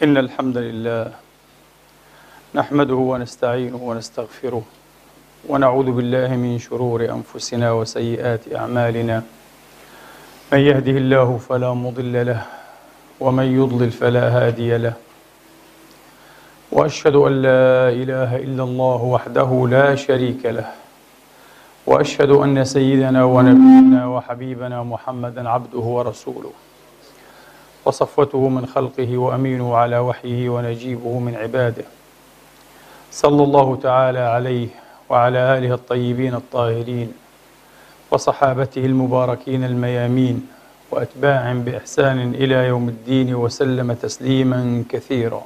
إن الحمد لله نحمده ونستعينه ونستغفره ونعوذ بالله من شرور أنفسنا وسيئات أعمالنا. من يهده الله فلا مضل له ومن يضلل فلا هادي له، وأشهد أن لا إله إلا الله وحده لا شريك له، وأشهد أن سيدنا ونبينا وحبيبنا محمدا عبده ورسوله وصفوته من خلقه وأمينه على وحيه ونجيبه من عباده، صلى الله تعالى عليه وعلى آله الطيبين الطاهرين وصحابته المباركين الميامين وأتباع بإحسان إلى يوم الدين وسلم تسليما كثيرا.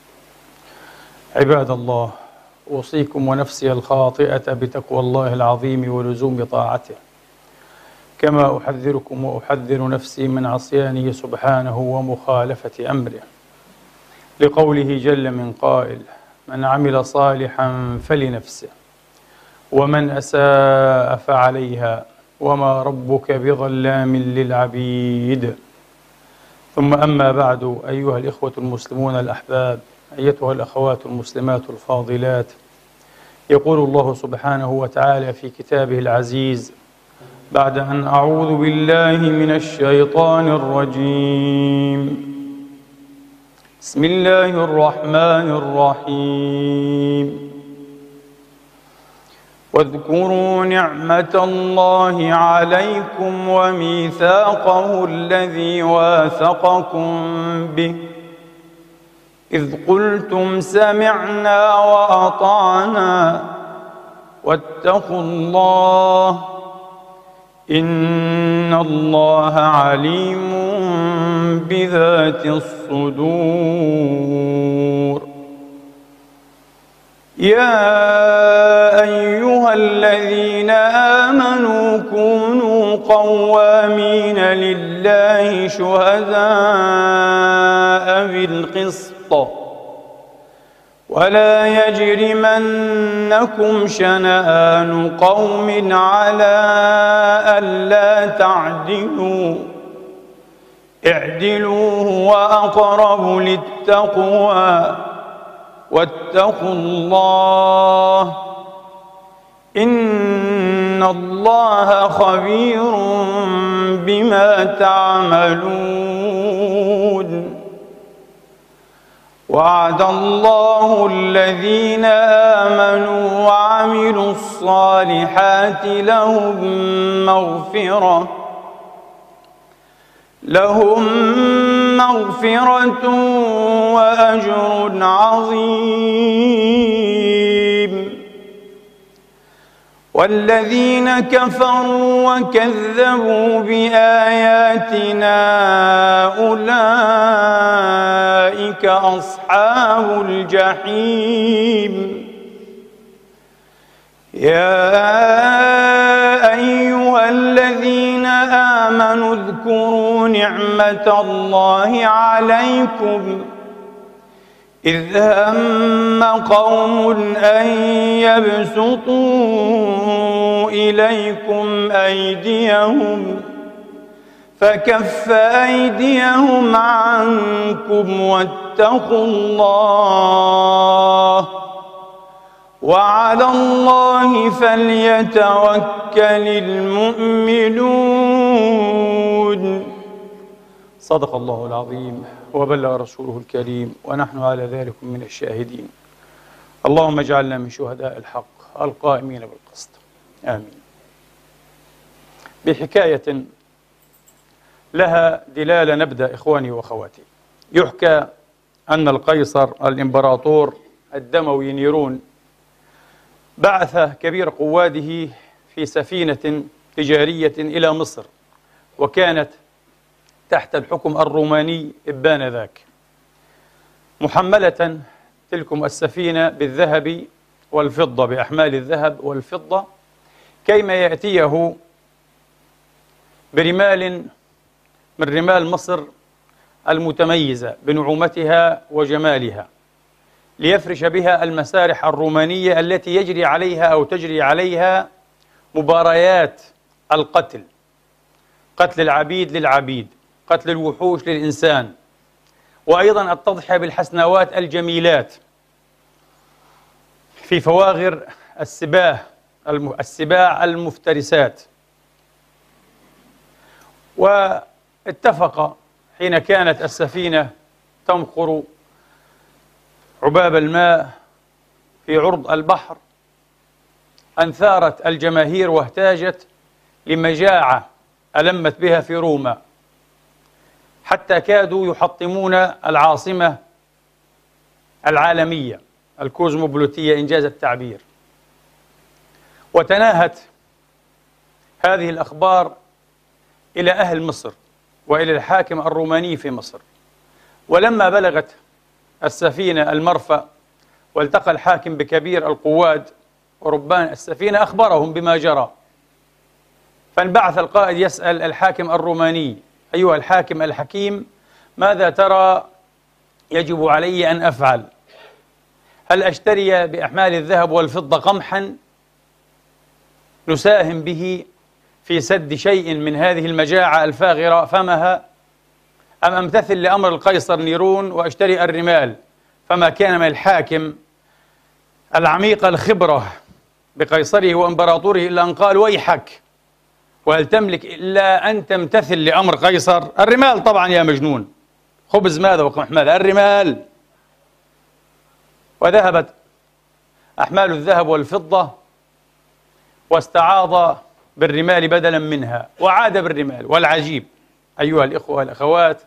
عباد الله، أوصيكم ونفسي الخاطئة بتقوى الله العظيم ولزوم طاعته، كما أحذركم وأحذر نفسي من عصيانه سبحانه ومخالفة أمره، لقوله جل من قائل: من عمل صالحا فلنفسه ومن أساء فعليها وما ربك بظلام للعبيد. ثم أما بعد، أيها الإخوة المسلمون الأحباب، أيتها الأخوات المسلمات الفاضلات، يقول الله سبحانه وتعالى في كتابه العزيز بعد أن أعوذ بالله من الشيطان الرجيم: بسم الله الرحمن الرحيم. واذكروا نعمة الله عليكم وميثاقه الذي واثقكم به إذ قلتم سمعنا وأطعنا واتقوا الله إن الله عليم بذات الصدور. يا أيها الذين آمنوا كونوا قوامين لله شهداء بالقسط ولا يجرمنكم شنآن قوم على ألا تعدلوا اعدلوا هو أقرب للتقوى واتقوا الله إن الله خبير بما تعملون. وعد الله الذين آمنوا وعملوا الصالحات لهم مغفرة وأجر عظيم. والذين كفروا وكذبوا بآياتنا أولئك أصحاب الجحيم. يا أيها الذين آمنوا اذكروا نعمة الله عليكم إذ هم قوم أن يبسطوا إليكم أيديهم فكف أيديهم عنكم واتقوا الله وعلى الله فليتوكل المؤمنون. صدق الله العظيم وبلغ رسوله الكريم ونحن على ذلك من الشاهدين. اللهم اجعلنا من شهداء الحق القائمين بالقسط، آمين. بحكاية لها دلالة نبدأ إخواني وأخواتي. يحكى أن القيصر الإمبراطور الدموي نيرون بعث كبير قواده في سفينة تجارية إلى مصر، وكانت تحت الحكم الروماني إبانذاك، محملة تلكم السفينة بالذهب والفضة، بأحمال الذهب والفضة، كيما يأتيه برمال من رمال مصر المتميزة بنعومتها وجمالها، ليفرش بها المسارح الرومانية التي يجري عليها أو تجري عليها مباريات القتل، قتل العبيد للعبيد، قتل الوحوش للإنسان، وأيضا التضحية بالحسنوات الجميلات في فواغر السباع المفترسات. واتفق حين كانت السفينة تمخر عباب الماء في عرض البحر أن ثارت الجماهير واهتاجت لمجاعة ألمت بها في روما، حتى كادوا يحطمون العاصمة العالمية الكوزموبوليتية إنجاز التعبير. وتناهت هذه الأخبار إلى أهل مصر وإلى الحاكم الروماني في مصر. ولما بلغت السفينة المرفأ والتقى الحاكم بكبير القواد وربان السفينة أخبرهم بما جرى، فانبعث القائد يسأل الحاكم الروماني: أيها الحاكم الحكيم، ماذا ترى يجب علي أن أفعل؟ هل أشتري بأحمال الذهب والفضة قمحا نساهم به في سد شيء من هذه المجاعة الفاغرة فمها، أم أمتثل لأمر القيصر نيرون وأشتري الرمال؟ فما كان من الحاكم العميق الخبرة بقيصره وإمبراطوره إلا أن قال: ويحك، وهل تملك إلا أن تمتثل لأمر قيصر؟ الرمال طبعا يا مجنون، خبز ماذا وقمح ماذا؟ الرمال. وذهبت أحمال الذهب والفضة واستعاض بالرمال بدلا منها وعاد بالرمال. والعجيب أيها الإخوة والأخوات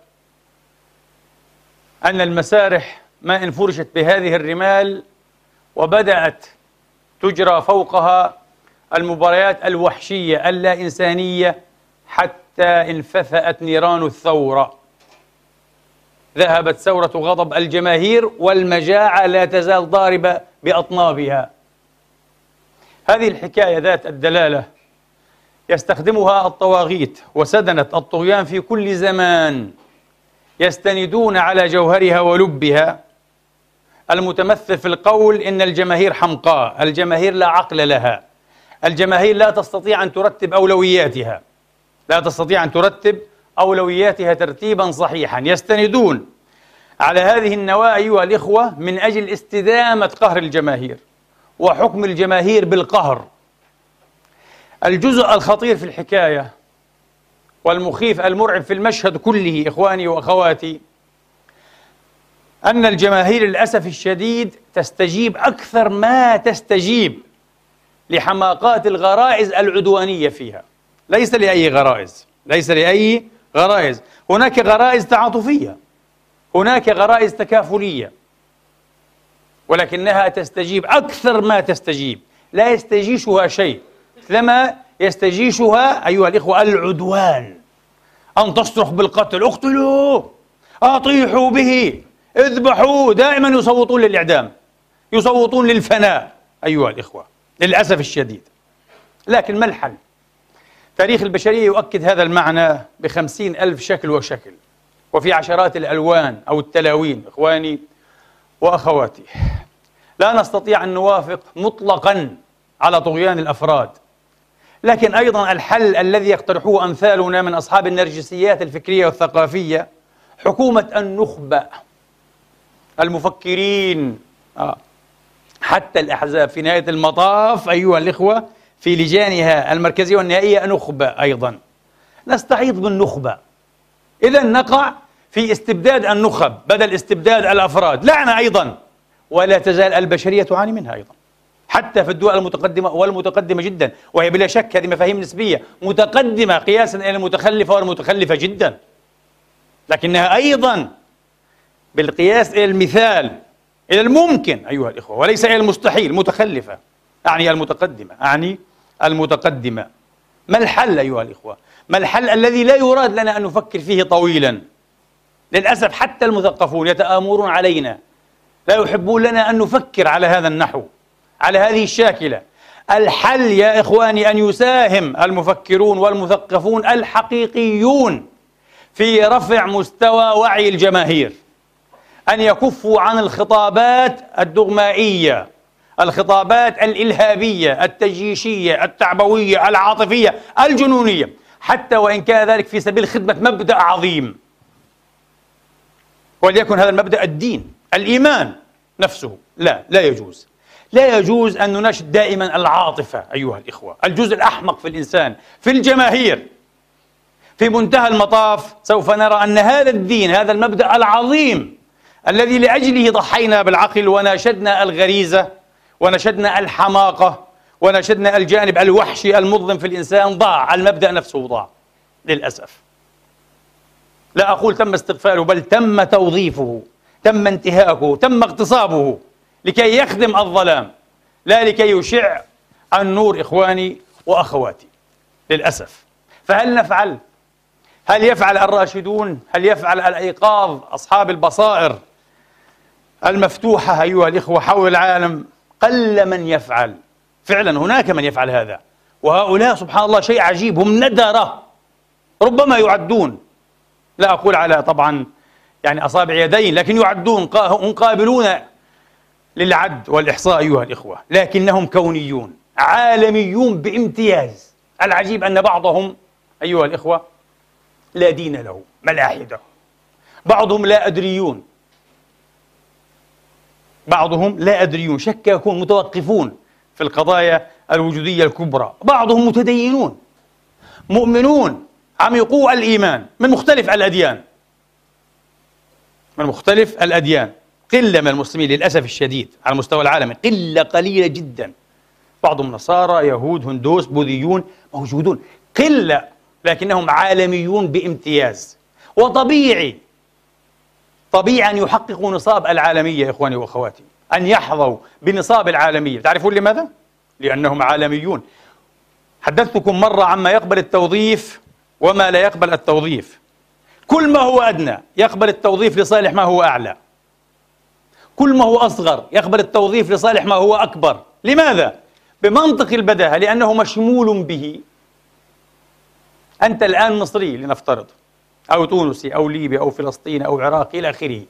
أن المسارح ما انفرشت بهذه الرمال وبدأت تجرى فوقها المباريات الوحشية اللا إنسانية حتى انفثأت نيران الثورة. ذهبت ثورة غضب الجماهير والمجاعة لا تزال ضاربة بأطنابها. هذه الحكاية ذات الدلالة يستخدمها الطواغيت وسدنة الطغيان في كل زمان، يستندون على جوهرها ولبها المتمثل في القول إن الجماهير حمقاء، الجماهير لا عقل لها، الجماهير لا تستطيع أن ترتب أولوياتها، لا تستطيع أن ترتب أولوياتها ترتيبا صحيحا. يستندون على هذه النواة أيها الإخوة من أجل استدامة قهر الجماهير وحكم الجماهير بالقهر. الجزء الخطير في الحكاية والمخيف المرعب في المشهد كله إخواني وأخواتي أن الجماهير للأسف الشديد تستجيب أكثر ما تستجيب لحماقات الغرائز العدوانية فيها. ليس لأي غرائز، ليس لأي غرائز، هناك غرائز تعاطفية، هناك غرائز تكافلية، ولكنها تستجيب أكثر ما تستجيب، لا يستجيشها شيء مثلما يستجيشها أيها الإخوة العدوان. أن تصرخ بالقتل، اقتلوه، أطيحوا به، اذبحوا، دائما يصوتون للإعدام، يصوتون للفناء أيها الإخوة للأسف الشديد. لكن ما الحل؟ تاريخ البشرية يؤكد هذا المعنى ب50,000 شكل وشكل وفي عشرات الألوان أو التلاوين. إخواني وأخواتي، لا نستطيع أن نوافق مطلقا على طغيان الأفراد، لكن أيضا الحل الذي يقترحه أمثالنا من أصحاب النرجسيات الفكرية والثقافية حكومة النخبة، المفكرين، حتى الأحزاب في نهاية المطاف أيها الإخوة في لجانها المركزية والنهائية نخبة أيضا. نستعيض بالنخبة، إذا نقع في استبداد النخب بدل استبداد الأفراد، لعنة أيضا. ولا تزال البشرية تعاني منها أيضا حتى في الدول المتقدمة والمتقدمة جدا، وهي بلا شك هذه مفاهيم نسبية متقدمة قياسا إلى المتخلفة والمتخلفة جدا، لكنها أيضا بالقياس إلى المثال إلى الممكن أيها الإخوة وليس إلى المستحيل متخلفة، أعني المتقدمة. ما الحل أيها الإخوة؟ ما الحل الذي لا يراد لنا أن نفكر فيه طويلا؟ للأسف حتى المثقفون يتآمرون علينا، لا يحبون لنا أن نفكر على هذا النحو، على هذه الشاكلة. الحل يا إخواني أن يساهم المفكرون والمثقفون الحقيقيون في رفع مستوى وعي الجماهير، أن يكفوا عن الخطابات الدغمائية، الخطابات الإلهابية التجيشية التعبوية العاطفية الجنونية، حتى وإن كان ذلك في سبيل خدمة مبدأ عظيم. وليكن هذا المبدأ الدين، الإيمان نفسه. لا يجوز. لا يجوز أن نناشد دائما العاطفة أيها الإخوة، الجزء الأحمق في الإنسان، في الجماهير. في منتهى المطاف سوف نرى أن هذا الدين، هذا المبدأ العظيم الذي لأجله ضحينا بالعقل وناشدنا الغريزة ونشدنا الحماقة ونشدنا الجانب الوحشي المظلم في الإنسان، ضاع. المبدأ نفسه ضاع للأسف. لا أقول تم استغفاله، بل تم توظيفه، تم انتهاكه، تم اغتصابه لكي يخدم الظلام، لا لكي يشع النور. إخواني وأخواتي، للأسف. فهل نفعل؟ هل يفعل الراشدون؟ هل يفعل الأيقاظ أصحاب البصائر المفتوحة أيها الإخوة حول العالم؟ قل من يفعل. فعلا هناك من يفعل هذا، وهؤلاء سبحان الله شيء عجيب، هم ندرة، ربما يعدون، لا أقول على طبعا يعني أصابع يدين، لكن يعدون، هم قابلون للعد والإحصاء أيها الإخوة، لكنهم كونيون عالميون بامتياز. العجيب أن بعضهم أيها الإخوة لا دين له، ملاحدة. بعضهم لا أدريون، بعضهم لا أدريون، شكاكون، متوقفون في القضايا الوجودية الكبرى. بعضهم متدينون، مؤمنون، عميقو الإيمان، من مختلف الأديان، من مختلف الأديان. قلة من المسلمين للأسف الشديد على المستوى العالمي، قلة قليلة جدا. بعضهم نصارى، يهود، هندوس، بوذيون، موجودون، قلة، لكنهم عالميون بامتياز. وطبيعي أن يحققوا نصاب العالمية. إخواني وأخواتي، أن يحظوا بنصاب العالمية. تعرفون لماذا؟ لأنهم عالميون. حدثتكم مرة عما يقبل التوظيف وما لا يقبل التوظيف. كل ما هو أدنى يقبل التوظيف لصالح ما هو أعلى، كل ما هو أصغر يقبل التوظيف لصالح ما هو أكبر. لماذا؟ بمنطق البداهة، لأنه مشمول به. أنت الآن مصري لنفترض، أو تونسي أو ليبي أو فلسطيني أو عراقي إلى آخره،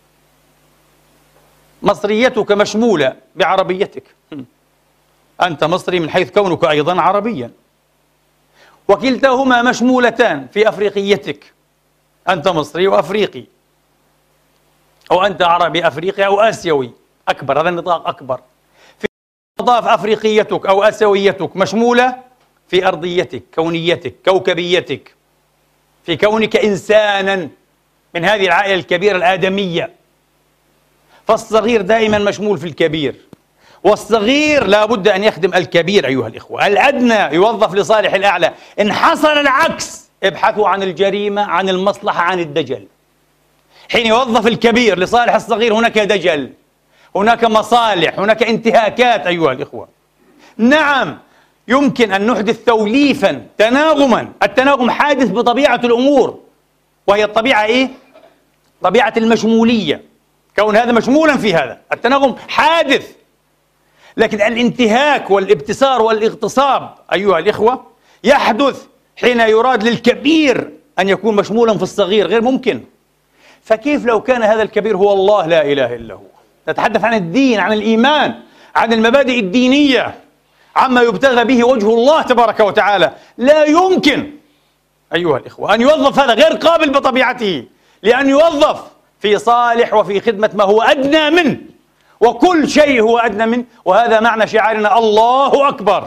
مصريتك مشمولة بعربيتك، أنت مصري من حيث كونك أيضا عربيا، وكلتاهما مشمولتان في أفريقيتك، أنت مصري وأفريقي، أو أنت عربي أفريقي أو آسيوي أكبر، هذا النطاق أكبر. في مطاف أفريقيتك أو آسيويتك مشمولة في أرضيتك، كونيتك، كوكبيتك، في كونك إنسانا من هذه العائلة الكبيرة الآدمية. فالصغير دائما مشمول في الكبير، والصغير لا بد أن يخدم الكبير أيها الإخوة. الأدنى يوظف لصالح الأعلى. إن حصل العكس ابحثوا عن الجريمة، عن المصلحة، عن الدجل. حين يوظف الكبير لصالح الصغير هناك دجل، هناك مصالح، هناك انتهاكات أيها الإخوة. نعم يمكن أن نحدث توليفا، تناغما. التناغم حادث بطبيعة الأمور، وهي الطبيعة إيه؟ طبيعة المشمولية، كون هذا مشمولا في هذا، التناغم حادث. لكن الانتهاك والابتسار والاغتصاب أيها الإخوة يحدث حين يراد للكبير أن يكون مشمولا في الصغير، غير ممكن. فكيف لو كان هذا الكبير هو الله لا إله إلا هو؟ نتحدث عن الدين، عن الإيمان، عن المبادئ الدينية، عما يبتغى به وجه الله تبارك وتعالى. لا يمكن أيها الإخوة أن يوظف هذا، غير قابل بطبيعته لأن يوظف في صالح وفي خدمة ما هو أدنى منه، وكل شيء هو أدنى منه. وهذا معنى شعارنا الله أكبر،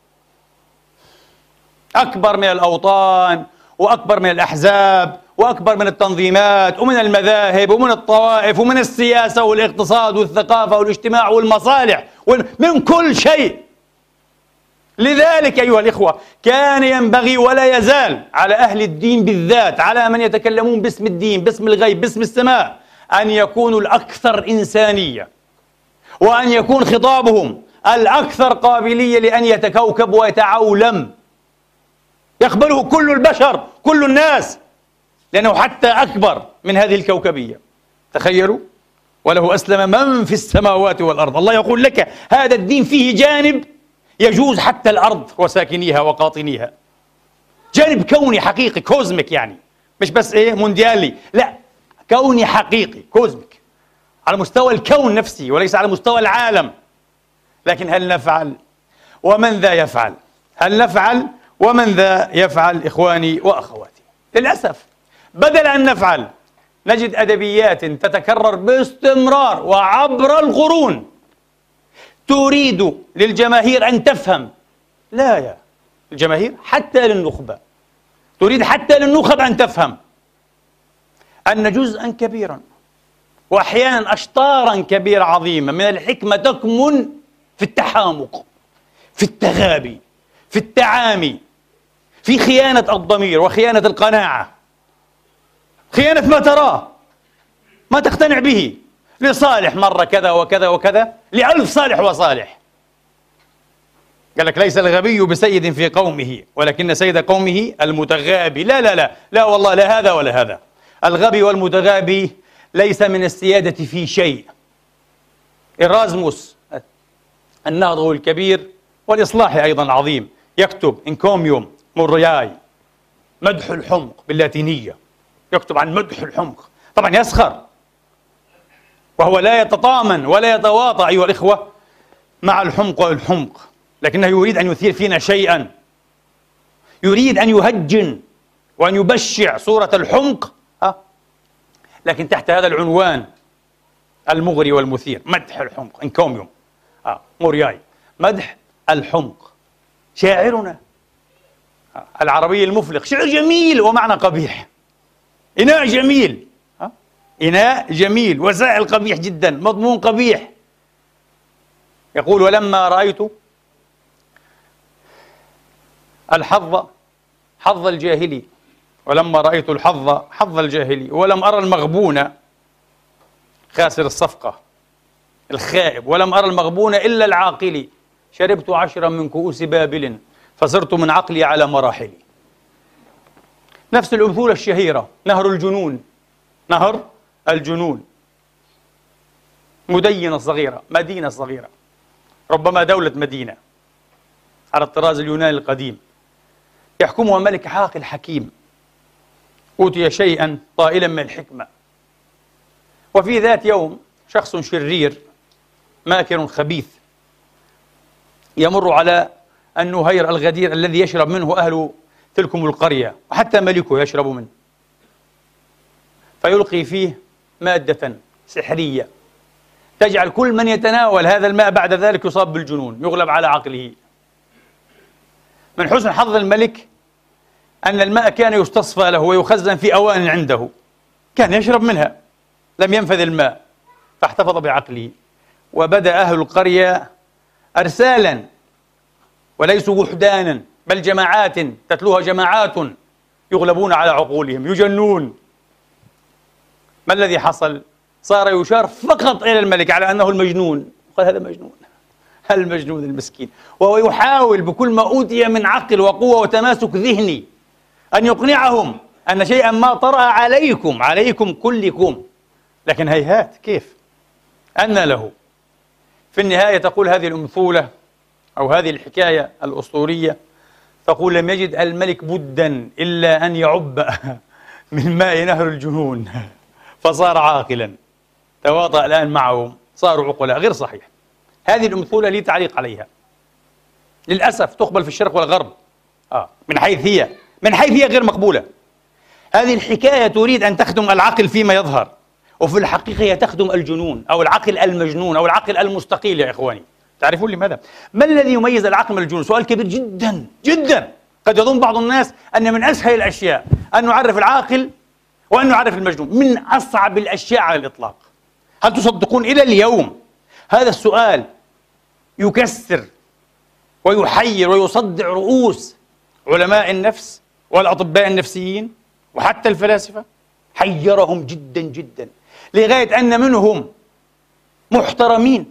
أكبر من الأوطان، وأكبر من الأحزاب، وأكبر من التنظيمات، ومن المذاهب، ومن الطوائف، ومن السياسة والاقتصاد والثقافة والاجتماع والمصالح، من كل شيء. لذلك أيها الإخوة كان ينبغي ولا يزال على أهل الدين بالذات، على من يتكلمون باسم الدين، باسم الغيب، باسم السماء، أن يكونوا الأكثر إنسانية، وأن يكون خطابهم الأكثر قابلية لأن يتكوكب ويتعولم، يقبله كل البشر، كل الناس، لأنه حتى أكبر من هذه الكوكبية. تخيلوا، وله أسلم من في السماوات والأرض. الله يقول لك هذا الدين فيه جانب يجوز حتى الأرض وساكنيها وقاطنيها، جانب كوني حقيقي، كوزميك، يعني مش بس مونديالي، لا، كوني حقيقي، كوزميك، على مستوى الكون نفسه وليس على مستوى العالم. لكن هل نفعل؟ ومن ذا يفعل؟ هل نفعل؟ ومن ذا يفعل؟ إخواني وأخواتي، للأسف بدل أن نفعل نجد أدبيات تتكرر باستمرار وعبر القرون تريد للجماهير أن تفهم. لا يا الجماهير، حتى للنخبة، تريد حتى للنخب أن تفهم أن جزءا كبيرا وأحيانا أشطارا كبيرة عظيمة من الحكمة تكمن في التحامق، في التغابي، في التعامي، في خيانة الضمير وخيانة القناعة، خيانة ما تراه، ما تقتنع به، لصالح مرة كذا وكذا وكذا، لألف صالح وصالح. قال لك ليس الغبي بسيد في قومه ولكن سيد قومه المتغابي. لا لا لا لا والله، لا هذا ولا هذا. الغبي والمتغابي ليس من السيادة في شيء. إرازموس النهضوي الكبير والإصلاحي أيضا عظيم يكتب انكوميوم مورياي، مدح الحمق باللاتينية، يكتب عن مدح الحمق، طبعا يسخر وهو لا يتطامن ولا يتواطأ أيها الإخوة مع الحمق والحمق، لكنه يريد أن يثير فينا شيئا، يريد أن يهجن وأن يبشع صورة الحمق، لكن تحت هذا العنوان المغري والمثير، مدح الحمق، انكوميوم مورياي، مدح الحمق. شاعرنا العربي المفلق، شعر جميل ومعنى قبيح، إناء جميل، إناء جميل وسائل قبيح جدا، مضمون قبيح. يقول: ولما رأيت الحظ حظ الجاهلي، ولما رأيت الحظ حظ الجاهلي، ولم أرى المغبون خاسر الصفقة الخائب، ولم أرى المغبون إلا العاقل، شربت 10 من كؤوس بابل فصرت من عقلي على مراحلي. نفس الأمثلة الشهيرة، نهر الجنون، نهر الجنون، مدينة صغيرة، مدينة صغيرة، ربما دولة مدينة على الطراز اليوناني القديم، يحكمها ملك عاقل حكيم أوتي شيئا طائلا من الحكمة. وفي ذات يوم شخص شرير ماكر خبيث يمر على النهير الغدير الذي يشرب منه أهل تلكم القرية، وحتى ملكه يشرب منه، فيلقي فيه مادة سحرية تجعل كل من يتناول هذا الماء بعد ذلك يصاب بالجنون، يغلب على عقله. من حسن حظ الملك أن الماء كان يستصفى له ويخزن في أوان عنده، كان يشرب منها، لم ينفذ الماء فاحتفظ بعقله. وبدأ أهل القرية أرسالا وليسوا وحدانا بل جماعات تتلوها جماعات، يغلبون على عقولهم، يجنون. ما الذي حصل؟ صار يشار فقط إلى الملك على أنه المجنون، قال هذا مجنون، المجنون المسكين، وهو يحاول بكل ما أوتي من عقل وقوة وتماسك ذهني أن يقنعهم أن شيئا ما طرأ عليكم كلكم، لكن هيهات، كيف؟ أن له. في النهاية تقول هذه الأمثولة أو هذه الحكاية الأسطورية، تقول: لم يجد الملك بدا إلا أن يعب من ماء نهر الجنون فصار عاقلا، تواطأ الآن معهم، صاروا عقلاء. غير صحيح. هذه الأمثولة لي تعليق عليها، للأسف تقبل في الشرق والغرب من حيث هي غير مقبولة. هذه الحكاية تريد أن تخدم العقل فيما يظهر، وفي الحقيقة هي تخدم الجنون أو العقل المجنون أو العقل المستقيل. يا إخواني، تعرفون لماذا؟ ما الذي يميز العقل من الجنون؟ سؤال كبير جدا جدا. قد يظن بعض الناس أن من أسهل الأشياء أن نعرف العاقل وأن نعرف المجنون، من أصعب الأشياء على الإطلاق. هل تصدقون إلى اليوم هذا السؤال يكسر ويحير ويصدع رؤوس علماء النفس والأطباء النفسيين وحتى الفلاسفة؟ حيرهم جدا جدا، لغاية أن منهم محترمين،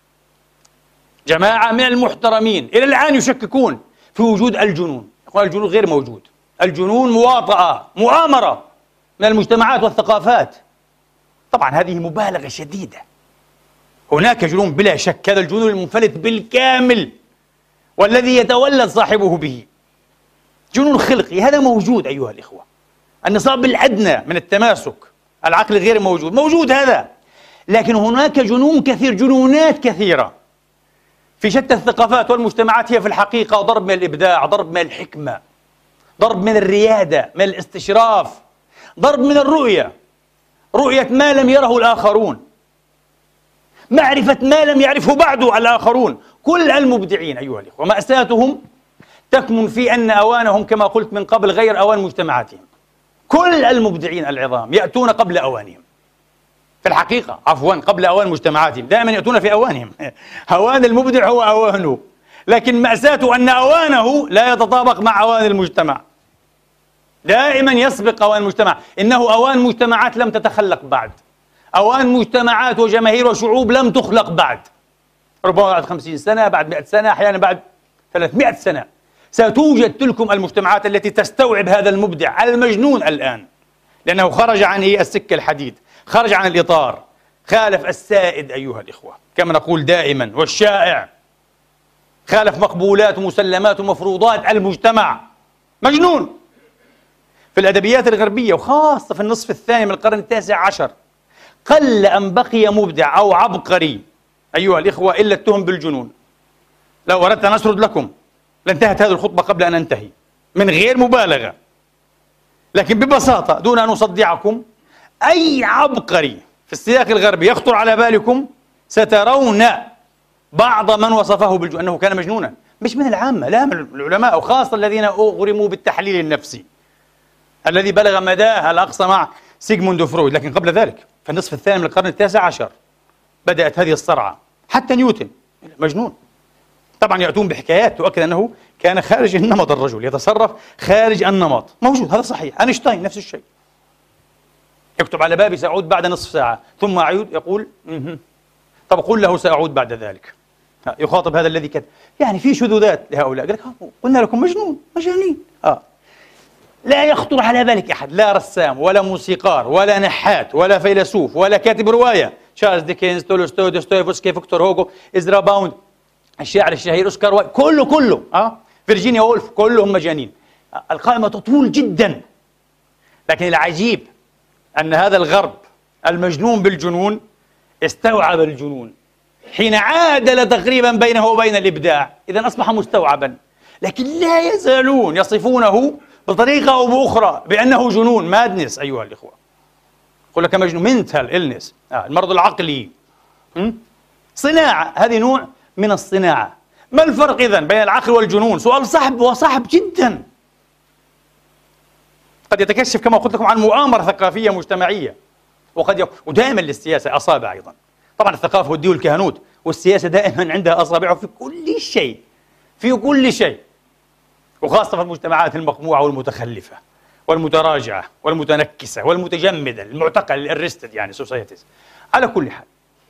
جماعة من المحترمين إلى الآن يشككون في وجود الجنون. يقول الجنون غير موجود، الجنون مواطأة، مؤامرة من المجتمعات والثقافات. طبعا هذه مبالغة شديدة. هناك جنون بلا شك، هذا الجنون المنفلت بالكامل والذي يتولد صاحبه به، جنون خلقي، هذا موجود أيها الإخوة. النصاب الأدنى من التماسك، العقل غير موجود هذا. لكن هناك جنون كثير، جنونات كثيرة في شتى الثقافات والمجتمعات، هي في الحقيقة ضرب من الإبداع، ضرب من الحكمة، ضرب من الريادة، من الاستشراف، ضرب من الرؤية، رؤية ما لم يره الآخرون، معرفة ما لم يعرفه بعد الآخرون. كل المبدعين أيها الإخوة مأساتهم تكمن في أن أوانهم كما قلت من قبل غير أوان مجتمعاتهم. كل المبدعين العظام يأتون قبل أوانهم، في الحقيقة عفوا قبل أوان مجتمعاتهم، دائما يأتون في أوانهم. هوان المبدع هو أوانه، لكن مأساته أن أوانه لا يتطابق مع أوان المجتمع، دائما يسبق أوان المجتمع. إنه أوان مجتمعات لم تتخلق بعد، أوان مجتمعات وجماهير وشعوب لم تخلق بعد، ربما بعد 50 سنة، بعد 100 سنة، أحيانا بعد 300 سنة ستوجد تلكم المجتمعات التي تستوعب هذا المبدع المجنون الآن، لأنه خرج عن السكة الحديد، خرج عن الإطار، خالف السائد أيها الإخوة كما نقول دائما والشائع، خالف مقبولات ومسلمات ومفروضات المجتمع، مجنون. في الأدبيات الغربية وخاصة في النصف الثاني من القرن التاسع عشر قل أن بقي مبدع أو عبقري أيها الإخوة إلا التهم بالجنون. لو أردت أن أسرد لكم لانتهت هذه الخطبة قبل أن أنتهي من غير مبالغة، لكن ببساطة دون أن أصدعكم، أي عبقري في السياق الغربي يخطر على بالكم سترون بعض من وصفه بالجنون أنه كان مجنونا، مش من العامة، لا، من العلماء، وخاصة الذين أغرموا بالتحليل النفسي الذي بلغ مداه الأقصى مع سيغموند فرويد. لكن قبل ذلك في النصف الثاني من القرن التاسع عشر بدأت هذه الصرعة، حتى نيوتن مجنون. طبعا يأتون بحكايات تؤكد أنه كان خارج النمط، الرجل يتصرف خارج النمط، موجود، هذا صحيح. أينشتاين نفس الشيء، يكتب على بابي سأعود بعد نصف ساعة ثم أعود، يقول طب قل له سأعود بعد ذلك. يخاطب هذا الذي كتب، يعني في شذوذات لهؤلاء. قال لك قلنا لكم مجنون، مجانين. لا يخطر على بالك أحد، لا رسام ولا موسيقار ولا نحات ولا فيلسوف ولا كاتب رواية، تشارلز ديكنز، تولستوي، دوستويفسكي، فيكتور هوغو، إزرا باوند، الشاعر الشهير أوسكار وايلد، كله فيرجينيا وولف، كلهم مجانين. القائمة تطول جدا. لكن العجيب أن هذا الغرب المجنون بالجنون استوعب الجنون حين عادل تقريبا بينه وبين الإبداع، إذا أصبح مستوعبا، لكن لا يزالون يصفونه بطريقة أو بأخرى بأنه جنون، مادنس أيها الإخوة. يقول لك مجنون، منتال إلنس، المرض العقلي، صناعة، هذه نوع من الصناعة. ما الفرق إذن بين العقل والجنون؟ سؤال صعب وصعب جدا، قد يتكشف كما قلت لكم عن مؤامرة ثقافية مجتمعية، ودائما للسياسة أصابع أيضا. طبعا الثقافة والدين والكهنوت والسياسة دائما عندها أصابع في كل شيء، في كل شيء، وخاصة في المجتمعات المقموعة والمتخلفة والمتراجعة والمتنكسة والمتجمدة، المعتقل، الريستد يعني سوسايتيز. على كل حال،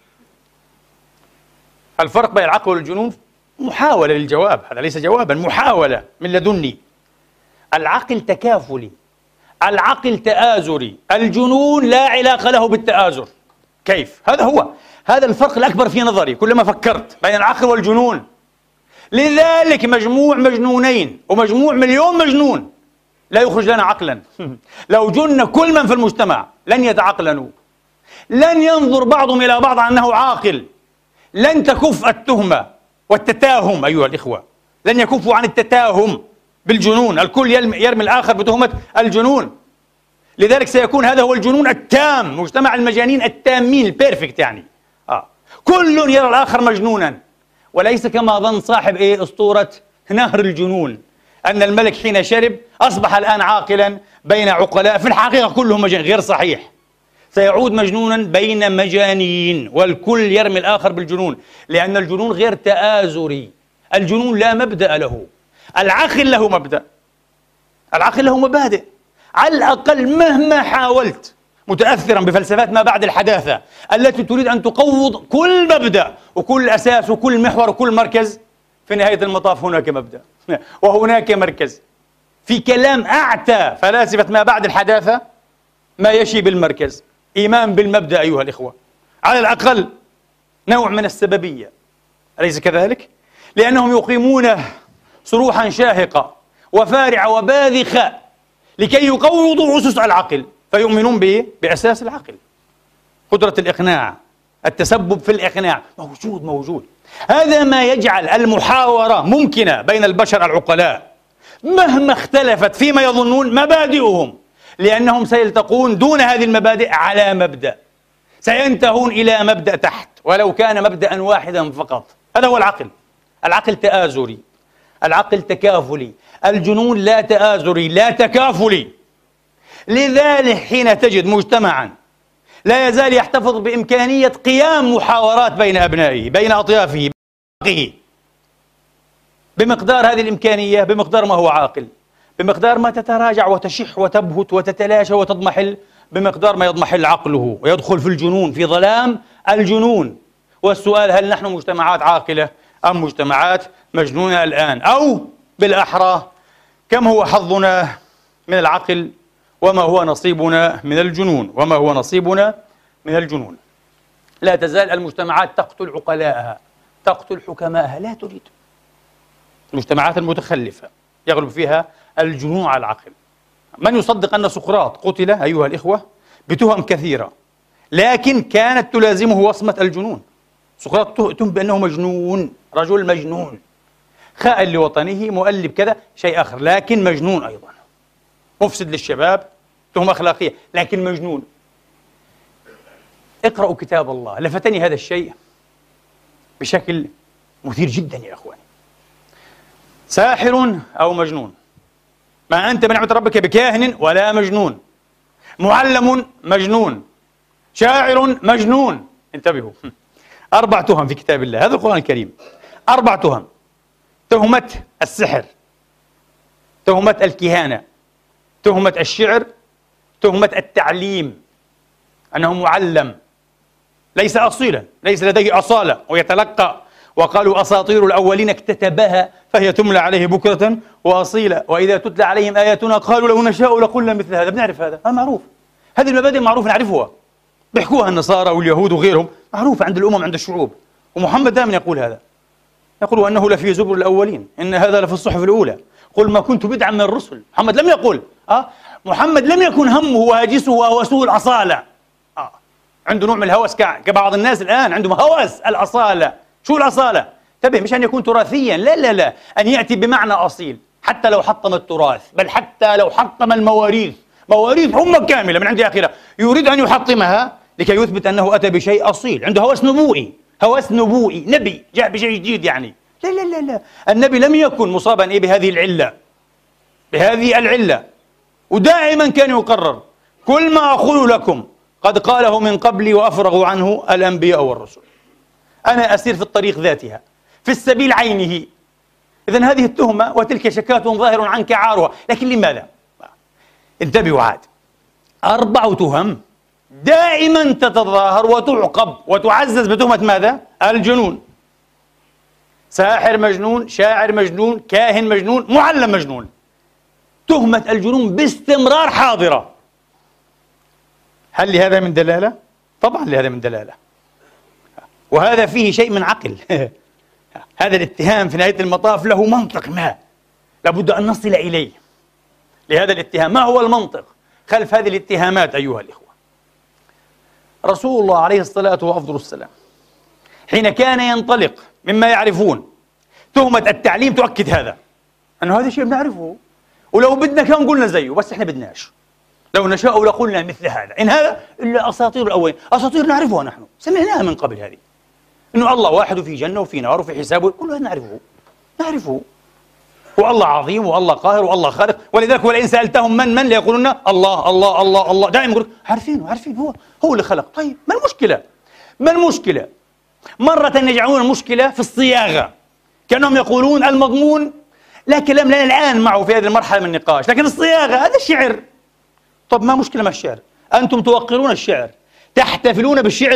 الفرق بين العقل والجنون محاولة للجواب، هذا ليس جوابا، محاولة من لدني. العقل تكافلي، العقل تآزري، الجنون لا علاقة له بالتآزر. كيف؟ هذا الفرق الأكبر في نظري كلما فكرت بين العقل والجنون. لذلك مجموع مجنونين ومجموع مليون مجنون لا يخرج لنا عقلا. لو جن كل من في المجتمع لن يتعقلنوا، لن ينظر بعضهم إلى بعض أنه عاقل، لن تكف التهمة والتتاهم أيها الإخوة، لن يكفوا عن التتاهم بالجنون، الكل يرمي الآخر بتهمة الجنون. لذلك سيكون هذا هو الجنون التام، مجتمع المجانين التامين، البيرفكت يعني. كل يرى الآخر مجنونا، وليس كما ظن صاحب أسطورة نهر الجنون أن الملك حين شرب أصبح الآن عاقلا بين عقلاء، في الحقيقة كلهم مجانين، غير صحيح. سيعود مجنونا بين مجانين، والكل يرمي الآخر بالجنون، لأن الجنون غير تآزري، الجنون لا مبدأ له. العقل له مبدأ، العقل له مبادئ، على الأقل مهما حاولت، متأثرا بفلسفات ما بعد الحداثة التي تريد أن تقوض كل مبدأ وكل أساس وكل محور وكل مركز، في نهاية المطاف هناك مبدأ وهناك مركز. في كلام أعتى فلاسفة ما بعد الحداثة ما يشي بالمركز، إيمان بالمبدأ أيها الإخوة، على الأقل نوع من السببية، أليس كذلك؟ لأنهم يقيمون صروحا شاهقة وفارعة وباذخة لكي يقوضوا أسس العقل، فيؤمنون بأساس العقل، قدرة الإقناع، التسبب في الإقناع موجود. هذا ما يجعل المحاورة ممكنة بين البشر العقلاء مهما اختلفت فيما يظنون مبادئهم، لأنهم سيلتقون دون هذه المبادئ على مبدأ، سينتهون إلى مبدأ تحت ولو كان مبدأ واحدا فقط. هذا هو العقل. العقل تآزري، العقل تكافلي، الجنون لا تآزري لا تكافلي. لذلك حين تجد مجتمعا لا يزال يحتفظ بإمكانية قيام محاورات بين أبنائه بين أطيافه بمقدار هذه الإمكانية، بمقدار ما هو عاقل، بمقدار ما تتراجع وتشح وتبهت وتتلاشى وتضمحل، بمقدار ما يضمحل عقله ويدخل في الجنون، في ظلام الجنون. والسؤال: هل نحن مجتمعات عاقلة أم مجتمعات مجنونة الآن؟ أو بالأحرى، كم هو حظنا من العقل وما هو نصيبنا من الجنون؟ وما هو نصيبنا من الجنون؟ لا تزال المجتمعات تقتل عقلاءها، تقتل حكماءها، لا تريد. المجتمعات المتخلفة يغلب فيها الجنون على العقل. من يصدق أن سقراط قتل أيها الإخوة بتهم كثيرة، لكن كانت تلازمه وصمة الجنون. سقراط اتهم بأنه مجنون، رجل مجنون، خائن لوطنه، مؤلب كذا، شيء آخر، لكن مجنون أيضا، مفسد للشباب، تهم أخلاقية، لكن مجنون. اقرأوا كتاب الله. لفتني هذا الشيء بشكل مثير جدا يا أخواني. ساحر أو مجنون، ما أنت بنعمة ربك بكاهن ولا مجنون، معلم مجنون، شاعر مجنون. انتبهوا، 4 تهم في كتاب الله، هذا القرآن الكريم. 4 تهم: تهمة السحر، تهمة الكهانة، تهمة الشعر، تهمة التعليم، أنه معلم ليس أصيلا، ليس لديه أصالة ويتلقى. وقالوا أساطير الأولين اكتتبها فهي تملى عليه بكرة وأصيلا، وإذا تتلى عليهم آياتنا قالوا لو نشاء لقلنا مثل هذا. بنعرف هذا، معروف. هذه المبادئ معروف نعرفها، بيحكوها النصارى واليهود وغيرهم، معروفة عند الأمم عند الشعوب. ومحمد دائما يقول هذا، يقول أنه لفي زبر الأولين، إن هذا لفي الصحف الأولى، قل ما كنت بدعا من الرسل. محمد لم يقول محمد لم يكن همه وهاجسه وهوسه الأصالة. عنده نوع من الهوس كبعض الناس الآن عندهم هوس الأصالة. شو الأصالة؟ انتبه، مش أن يكون تراثيا، لا لا لا، أن يأتي بمعنى أصيل، حتى لو حطم التراث، بل حتى لو حطم المواريث، مواريث أمة كاملة من عند آخرها، يريد أن يحطمها لكي يثبت أنه أتى بشيء أصيل. عنده هوس نبوئي، هوس نبوئي، نبي جاء بشيء جديد يعني. لا لا لا لا، النبي لم يكن مصابا بهذه العلة، بهذه العلة. ودائما كان يقرر: كل ما أقول لكم قد قاله من قبلي وأفرغ عنه الأنبياء والرسل. أنا أسير في الطريق ذاتها، في السبيل عينه. إذن هذه التهمة وتلك شكاة ظاهر عنك عارها، لكن لماذا؟ انتبهوا عاد، 4 تهم دائما تتظاهر وتعقب وتعزز بتهمة ماذا؟ الجنون. ساحر مجنون، شاعر مجنون، كاهن مجنون، معلم مجنون. تهمة الجنون باستمرار حاضرة. هل لهذا من دلالة؟ طبعا لهذا من دلالة، وهذا فيه شيء من عقل. هذا الاتهام في نهاية المطاف له منطق ما لابد أن نصل إليه. لهذا الاتهام ما هو المنطق خلف هذه الاتهامات أيها الإخوة؟ رسول الله عليه الصلاة وأفضل السلام حين كان ينطلق مما يعرفون، تهمة التعليم تؤكد هذا، أنه هذا شيء بنعرفه، ولو بدنا كان قلنا زيه، بس إحنا بدناش، لو نشاء لقلنا مثل هذا، إن هذا إلا أساطير الأولين. أساطير نعرفها نحن، سمعناها من قبل هذه، إنه الله واحد وفي جنة وفي نار وفي حسابه، كل هذا نعرفه. والله عظيم والله قاهر والله خالق. ولذلك ولئن سألتهم من ليقولون الله الله الله الله، دائما يقول عارفين هو اللي خلق. طيب ما المشكلة؟ مرة يجعلون المشكلة في الصياغة، كأنهم يقولون المضمون لا كلام لنا الآن معه في هذه المرحلة من النقاش، لكن الصياغة هذا الشعر. طب ما مشكلة مع الشعر؟ أنتم توقرون الشعر، تحتفلون بالشعر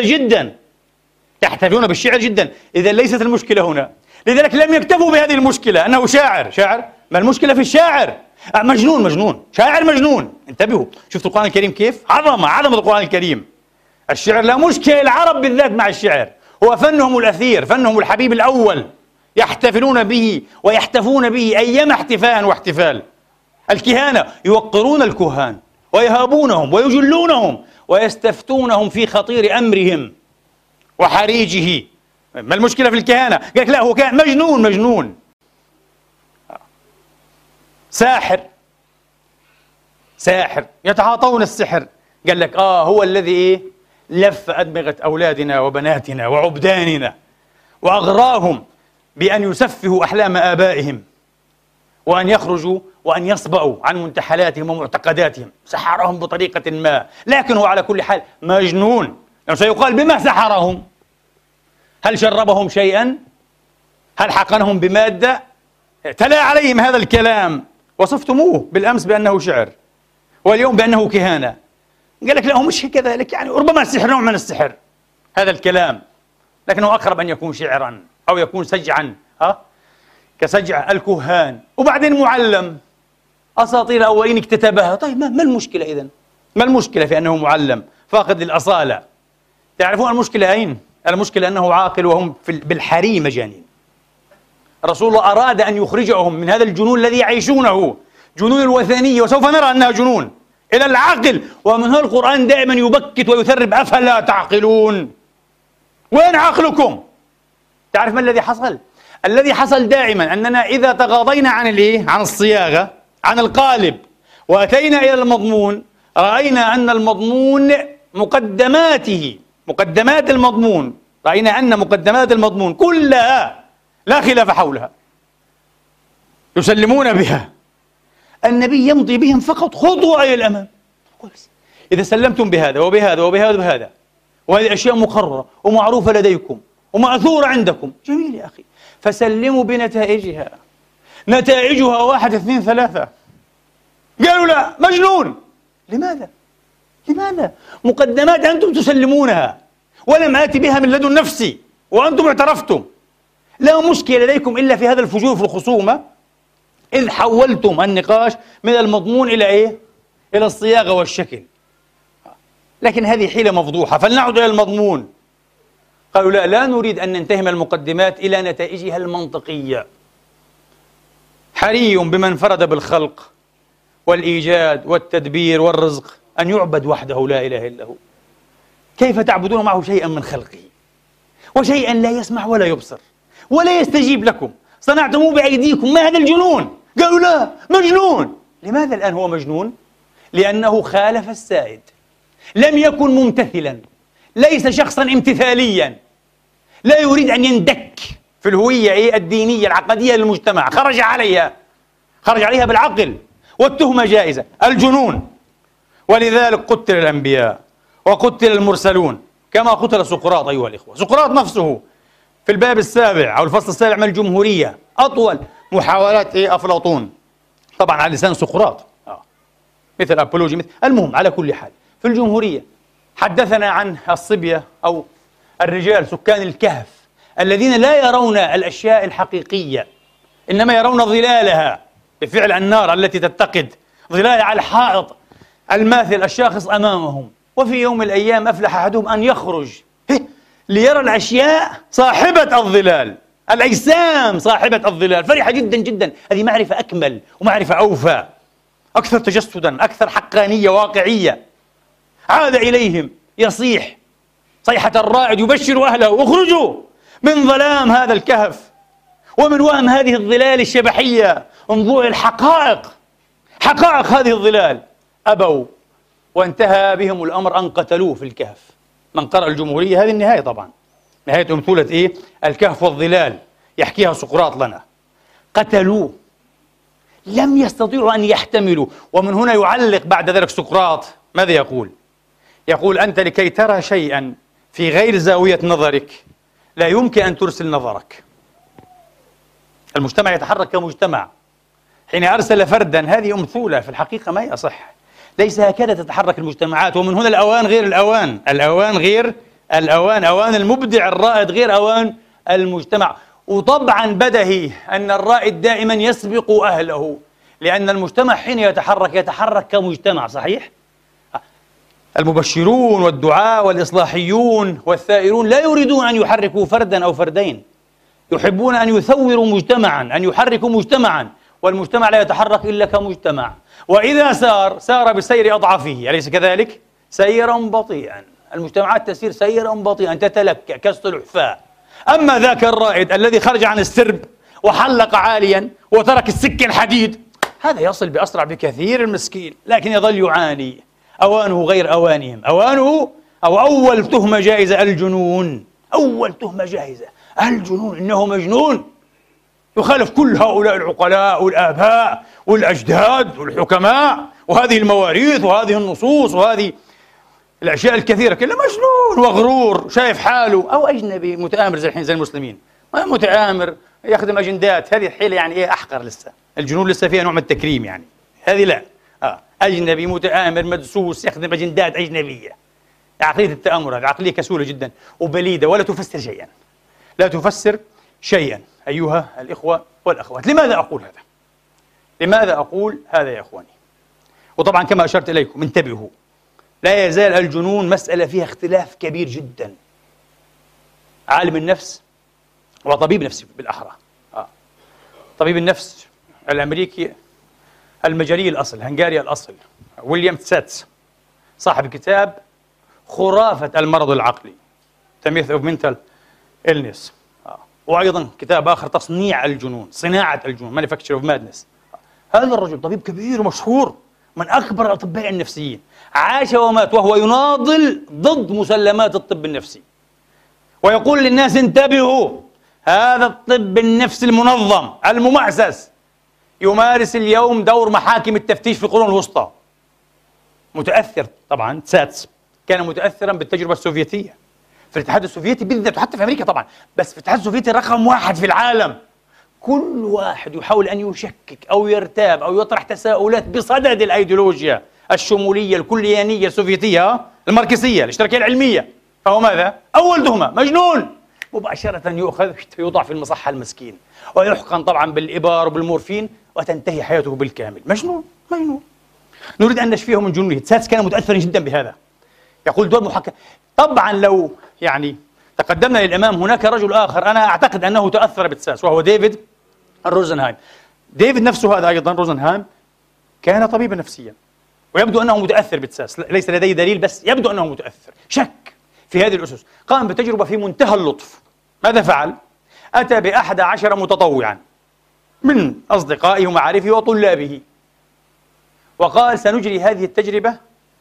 جدا، إذا ليست المشكلة هنا. لذلك لم يكتفوا بهذه المشكلة أنه شاعر. ما المشكلة في الشاعر؟ مجنون، شاعر مجنون. انتبهوا، شفتوا القرآن الكريم كيف؟ عظمة القرآن الكريم. الشعر لا مشكلة، العرب بالذات مع الشعر هو فنهم الأثير، فنهم الحبيب الأول، يحتفلون به ويحتفون به أيام احتفاء واحتفال. الكهانة يوقرون الكهان ويهابونهم ويجلونهم ويستفتونهم في خطير أمرهم وحريجه. ما المشكلة في الكهانة؟ قال لك لا، هو كان مجنون. ساحر ساحر، يتعاطون السحر. قال لك هو الذي لف أدمغة أولادنا وبناتنا وعبداننا وأغراهم بأن يسفهوا أحلام آبائهم وأن يخرجوا وأن يصبأوا عن منتحلاتهم ومعتقداتهم. سحرهم بطريقة ما، لكن هو على كل حال مجنون. يعني سيقال بما سحرهم؟ هل شربهم شيئا؟ هل حقنهم بمادة؟ تلا عليهم هذا الكلام، وصفتموه بالأمس بأنه شعر واليوم بأنه كهانة. قال لك لا، هو مش كذلك، يعني ربما السحر نوع من السحر هذا الكلام، لكنه أقرب أن يكون شعرا أو يكون سجعا، كسجع الكهان. وبعدين معلم، أساطير الأولين اكتتبها. طيب ما المشكلة إذن؟ ما المشكلة في أنه معلم فاقد للأصالة؟ تعرفون المشكلة أين؟ المشكلة أنه عاقل وهم بالحري مجانين. الرسول الله أراد أن يخرجهم من هذا الجنون الذي يعيشونه، جنون الوثنية، وسوف نرى أنها جنون، إلى العقل. ومن هذا القرآن دائما يبكت ويثرب: أفلا تعقلون؟ وين عقلكم؟ تعرف ما الذي حصل؟ الذي حصل دائما أننا إذا تغاضينا عن الصياغة، عن القالب، وأتينا إلى المضمون، رأينا أن المضمون مقدمات المضمون، رأينا أن مقدمات المضمون كلها لا خلاف حولها، يسلمون بها. النبي يمضي بهم فقط خطوة إلى الأمام. إذا سلمتم بهذا وبهذا وبهذا وبهذا، وهذه أشياء مقررة ومعروفة لديكم ومأثورة عندكم، جميل يا أخي، فسلموا بنتائجها. نتائجها 1 2 3. قالوا لا، مجنون. لماذا؟ مقدمات أنتم تسلمونها، ولم آتي بها من لدن نفسي، وأنتم اعترفتم. لا مشكلة لديكم إلا في هذا الفجور في الخصومة، إذ حولتم النقاش من المضمون إلى إلى الصياغة والشكل. لكن هذه حيلة مفضوحة، فلنعد إلى المضمون. قالوا لا نريد أن ننتهم المقدمات إلى نتائجها المنطقية. حري بمن فرد بالخلق والإيجاد والتدبير والرزق أن يعبد وحده لا إله إلا هو. كيف تعبدون معه شيئا من خلقه وشيئا لا يسمع ولا يبصر ولا يستجيب لكم؟ صنعتموه بأيديكم. ما هذا الجنون؟ قالوا لا، مجنون. لماذا الآن هو مجنون؟ لأنه خالف السائد، لم يكن ممتثلا، ليس شخصا امتثاليا، لا يريد أن يندك في الهوية الدينية العقدية للمجتمع. خرج عليها بالعقل، والتهمة جائزة، الجنون. ولذلك قتل الأنبياء وقتل المرسلون، كما قتل سقراط أيها الإخوة. سقراط نفسه في الباب السابع أو الفصل السابع من الجمهورية، أطول محاولات أفلاطون، طبعا على لسان سقراط، مثل أبولوجي، المهم على كل حال في الجمهورية حدثنا عن الصبية أو الرجال سكان الكهف الذين لا يرون الأشياء الحقيقية، إنما يرون ظلالها بفعل النار التي تتقد ظلالها على الحائط الماثل الشاخص أمامهم. وفي يوم من الأيام أفلح أحدهم أن يخرج ليرى الأشياء صاحبة الظلال، الأجسام صاحبة الظلال. فرح جدا جدا. هذه معرفة أكمل ومعرفة أوفى، أكثر تجسدا، أكثر حقانية واقعية. عاد إليهم يصيح صيحة الرائد يبشر أهله: اخرجوا من ظلام هذا الكهف ومن وهم هذه الظلال الشبحية، انظروا الحقائق، حقائق هذه الظلال. أبوا، وانتهى بهم الأمر أن قتلوه في الكهف. من قرأ الجمهورية هذه النهاية، طبعا نهاية أمثلة الكهف والظلال يحكيها سقراط لنا. قتلوه، لم يستطيعوا أن يحتملوا. ومن هنا يعلق بعد ذلك سقراط، ماذا يقول؟ يقول: أنت لكي ترى شيئا في غير زاوية نظرك لا يمكن أن ترسل نظرك. المجتمع يتحرك كمجتمع. حين أرسل فردا، هذه أمثولة في الحقيقة ما يصح، ليس هكذا تتحرك المجتمعات. ومن هنا الأوان غير الأوان، الأوان غير الأوان، أوان المبدع الرائد غير أوان المجتمع. وطبعا بدهي أن الرائد دائما يسبق أهله، لأن المجتمع حين يتحرك كمجتمع. صحيح؟ المبشرون والدعاة والإصلاحيون والثائرون لا يريدون أن يحركوا فردا أو فردين، يحبون أن يثوروا مجتمعا، أن يحركوا مجتمعا، والمجتمع لا يتحرك إلا كمجتمع. وإذا سار بسير أضعافه، أليس كذلك؟ سيرا بطيئا. المجتمعات تسير سيرا بطيئا، تتلكأ كالسلحفاة. أما ذاك الرائد الذي خرج عن السرب وحلق عاليا وترك السكن حديد، هذا يصل بأسرع بكثير المسكين، لكن يظل يعاني. أوانه غير أوانهم، أوانه أو أول تهمة جائزة الجنون، أول تهمة جائزة الجنون، إنه مجنون يخالف كل هؤلاء العقلاء والآباء والأجداد والحكماء وهذه المواريث وهذه النصوص وهذه الأشياء الكثيرة كلها. مجنون وغرور شايف حاله، أو أجنبي متآمر زي الحين زي المسلمين، متآمر يخدم أجندات. هذه الحيلة يعني إيه أحقر، لسه الجنون لسه فيها نوع من التكريم يعني، هذه لا. أجنبي متآمر مدسوس يخدم أجندات أجنبية. عقلية التآمر هذه عقلية كسولة جدا وبليدة ولا تفسر شيئا، لا تفسر شيئا أيها الإخوة والأخوات. لماذا أقول هذا؟ لماذا أقول هذا يا أخواني؟ وطبعا كما أشرت إليكم انتبهوا، لا يزال الجنون مسألة فيها اختلاف كبير جدا. عالم النفس وطبيب نفسي بالأحرى، طبيب النفس الأمريكي المجري الأصل هنغاري الأصل ويليام ساتس، صاحب كتاب خرافة المرض العقلي The Myth of Mental Illness، وأيضا كتاب آخر تصنيع الجنون، صناعة الجنون Manufacture of Madness. هذا الرجل طبيب كبير ومشهور من أكبر الأطباء النفسيين، عاش ومات وهو يناضل ضد مسلمات الطب النفسي، ويقول للناس انتبهوا، هذا الطب النفسي المنظم الممأسس يمارس اليوم دور محاكم التفتيش في القرون الوسطى. متأثر طبعا، ساتس كان متأثرا بالتجربة السوفيتية في الاتحاد السوفيتي بالذات، وحتى في أمريكا طبعا، بس في الاتحاد السوفيتي رقم واحد في العالم. كل واحد يحاول أن يشكك أو يرتاب أو يطرح تساؤلات بصدد الأيديولوجيا الشمولية الكليانية السوفيتية الماركسية الاشتراكية العلمية، فهو ماذا؟ أول تهمة مجنون، مباشرة يؤخذ يوضع في المصحة المسكين ويحقن طبعا بالإبار وبالمورفين وتنتهي حياته بالكامل. مجنون مجنون. نريد أن نشفيه من جنونه. ساتس كان متأثرا جدا بهذا، يقول دور محاكاة. طبعا لو يعني تقدمنا للأمام هناك رجل آخر أنا أعتقد أنه تأثر بساتس وهو ديفيد روزنهايم. ديفيد نفسه هذا أيضا روزنهايم كان طبيبا نفسيا، ويبدو أنه متأثر بساتس، ليس لدي دليل بس يبدو أنه متأثر، شك في هذه الأسس. قام بتجربة في منتهى اللطف. ماذا فعل؟ أتى ب11 متطوعا من أصدقائه ومعارفه وطلابه، وقال سنجري هذه التجربة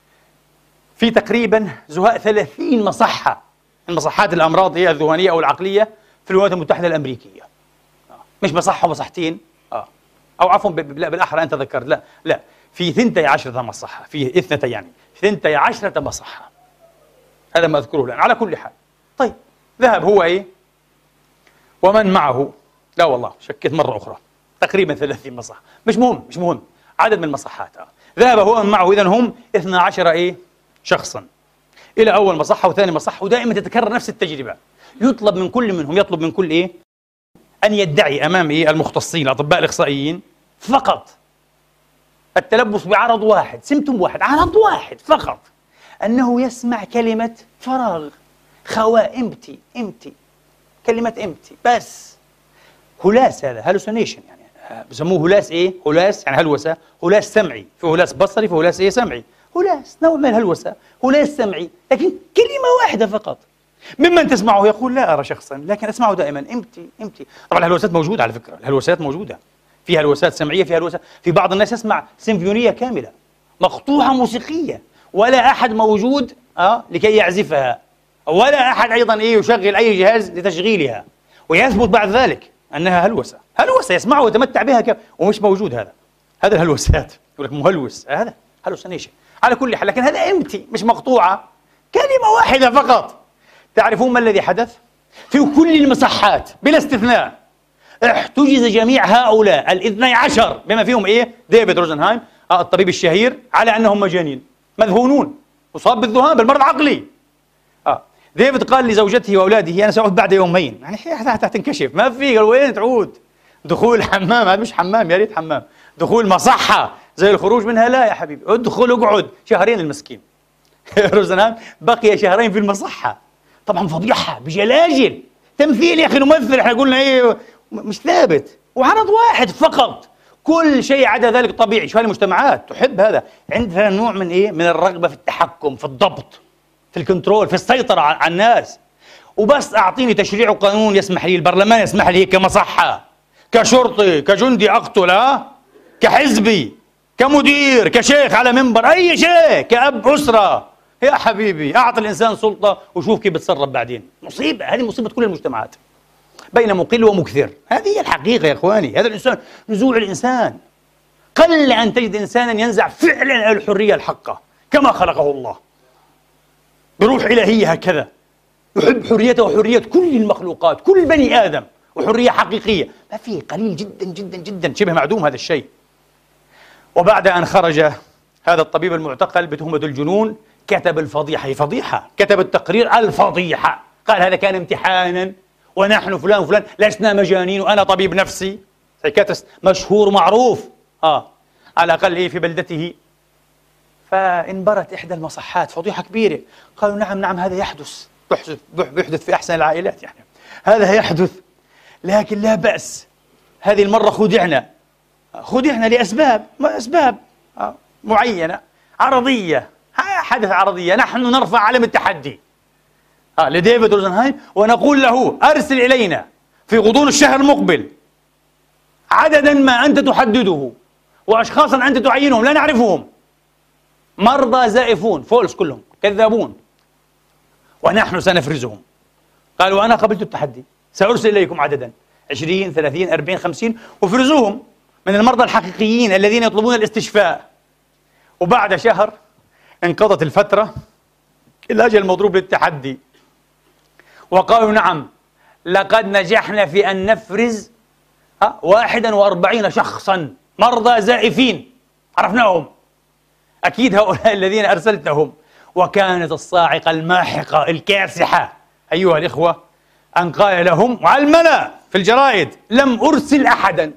في تقريبا زهاء 30 مصحة من مصحات الأمراض هي الذهنية أو العقلية في الولايات المتحدة الأمريكية. مش مصحة ومصحتين، أو عفوا بالأحرى أنت ذكرت، لا في 12 مصحة، في 2 يعني 12 مصحة. هذا ما أذكره الآن. على كل حال، طيب ذهب هو ومن معه، لا والله شكيت مرة أخرى، تقريبا 30 مصحة، مش مهم عدد من المصحات. ذهب هو ومن معه، إذن هم 12 شخصا إلى أول مصحة وثاني مصحة، ودائما تتكرر نفس التجربة. يطلب من كل منهم أن يدعي أمام المختصين الأطباء الإخصائيين فقط التلبس بعرض واحد، سمتم واحد، عرض واحد فقط، أنه يسمع كلمة فراغ، خواء، امتي، كلمة امتي بس. هلاس، هذا هالوسينيشن يعني بسموه هلاس هلاس يعني هلوسة، هلاس سمعي، في هلاس بصري، في هلاس سمعي، هلاس نوع من الهلوسة، هلاس سمعي، لكن كلمة واحدة فقط. ممن تسمعه يقول لا أرى شخصا لكن أسمعه دائما امتي. طبعا الهلوسات موجودة، على فكرة الهلوسات موجودة، في هلوسات سمعية، في هلوسات، في بعض الناس يسمع سيمفونية كاملة مقطوعة موسيقية ولا أحد موجود لكي يعزفها، ولا أحد أيضا يشغل أي جهاز لتشغيلها، ويثبت بعد ذلك أنها هلوسة يسمعه ويتمتع بها ومش موجود. هذا الهلوسات، يقول لك مهلوس، هذا هلوسينيشن. على كل حال، لكن هذا امتي، مش مقطوعة، كلمة واحدة فقط. تعرفون ما الذي حدث؟ في كل المصحات بلا استثناء احتجز جميع هؤلاء 12 بما فيهم ديفيد روزنهايم الطبيب الشهير على أنهم مجانين مذهونون، مصاب بالذهان، بالمرض العقلي. ديفيد قال لزوجته وأولاده أنا سأعود بعد يومين، يعني تنكشف، ما في. قال وين تعود؟ دخول الحمام، هذا مش حمام، يا ريت حمام، دخول مصحة زي الخروج منها، لا يا حبيبي، ادخل اقعد. شهرين المسكين روزنهايم بقي شهرين في المصحة. طبعا فضيحة بجلاجل، تمثيل يا أخي، نمثل، احنا قلنا مش ثابت، وعرض واحد فقط، كل شيء عدا ذلك طبيعي. شو هالمجتمعات تحب هذا، عندها نوع من الرغبة في التحكم، في الضبط، في الكنترول، في السيطرة على الناس. وبس أعطيني تشريع وقانون يسمح لي، البرلمان يسمح لي كمصحة، كشرطي، كجندي أقتل، كحزبي، كمدير، كشيخ على منبر، أي شيء، كأب أسرة. يا حبيبي أعطي الإنسان سلطة وشوف كيف بتصرف بعدين. مصيبة، هذه مصيبة كل المجتمعات، بين مقل ومكثر. هذه هي الحقيقة يا إخواني. هذا الإنسان، نزوع الإنسان. قل أن تجد إنسانا ينزع فعلا الحرية الحقة كما خلقه الله بروح إلهية هكذا، يحب حريته وحرية كل المخلوقات، كل بني آدم، وحرية حقيقية. ما في، قليل جدا جدا جدا، شبه معدوم هذا الشيء. وبعد أن خرج هذا الطبيب المعتقل بتهمة الجنون، كتب الفضيحة، هي فضيحة، كتب التقرير الفضيحة، قال هذا كان امتحانا ونحن فلان وفلان لسنا مجانين وأنا طبيب نفسي، سايكاتريست مشهور معروف على الأقل في بلدته. فانبرت إحدى المصحات، فضيحة كبيرة. قالوا نعم نعم هذا يحدث، بيحدث في أحسن العائلات يعني، هذا يحدث، لكن لا بأس. هذه المرة خدعنا لأسباب معينة عرضية، حدث عرضية. نحن نرفع علم التحدي لديفيد روزنهايم ونقول له أرسل إلينا في غضون الشهر المقبل عددا ما أنت تحدده وأشخاصا أنت تعينهم لا نعرفهم، مرضى زائفون فولس كلهم كذابون، ونحن سنفرزهم. قالوا أنا قبلت التحدي، سأرسل إليكم عددا 20 30 40 50 وفرزوهم من المرضى الحقيقيين الذين يطلبون الاستشفاء. وبعد شهر انقضت الفترة، الأجل المضروب للتحدي، وقالوا نعم لقد نجحنا في أن نفرز 41 شخصا مرضى زائفين عرفناهم، أكيد هؤلاء الذين أرسلتهم. وكانت الصاعقة الماحقة الكاسحة أيها الإخوة أن قال لهم وعلى الملأ في الجرائد لم أرسل أحدا.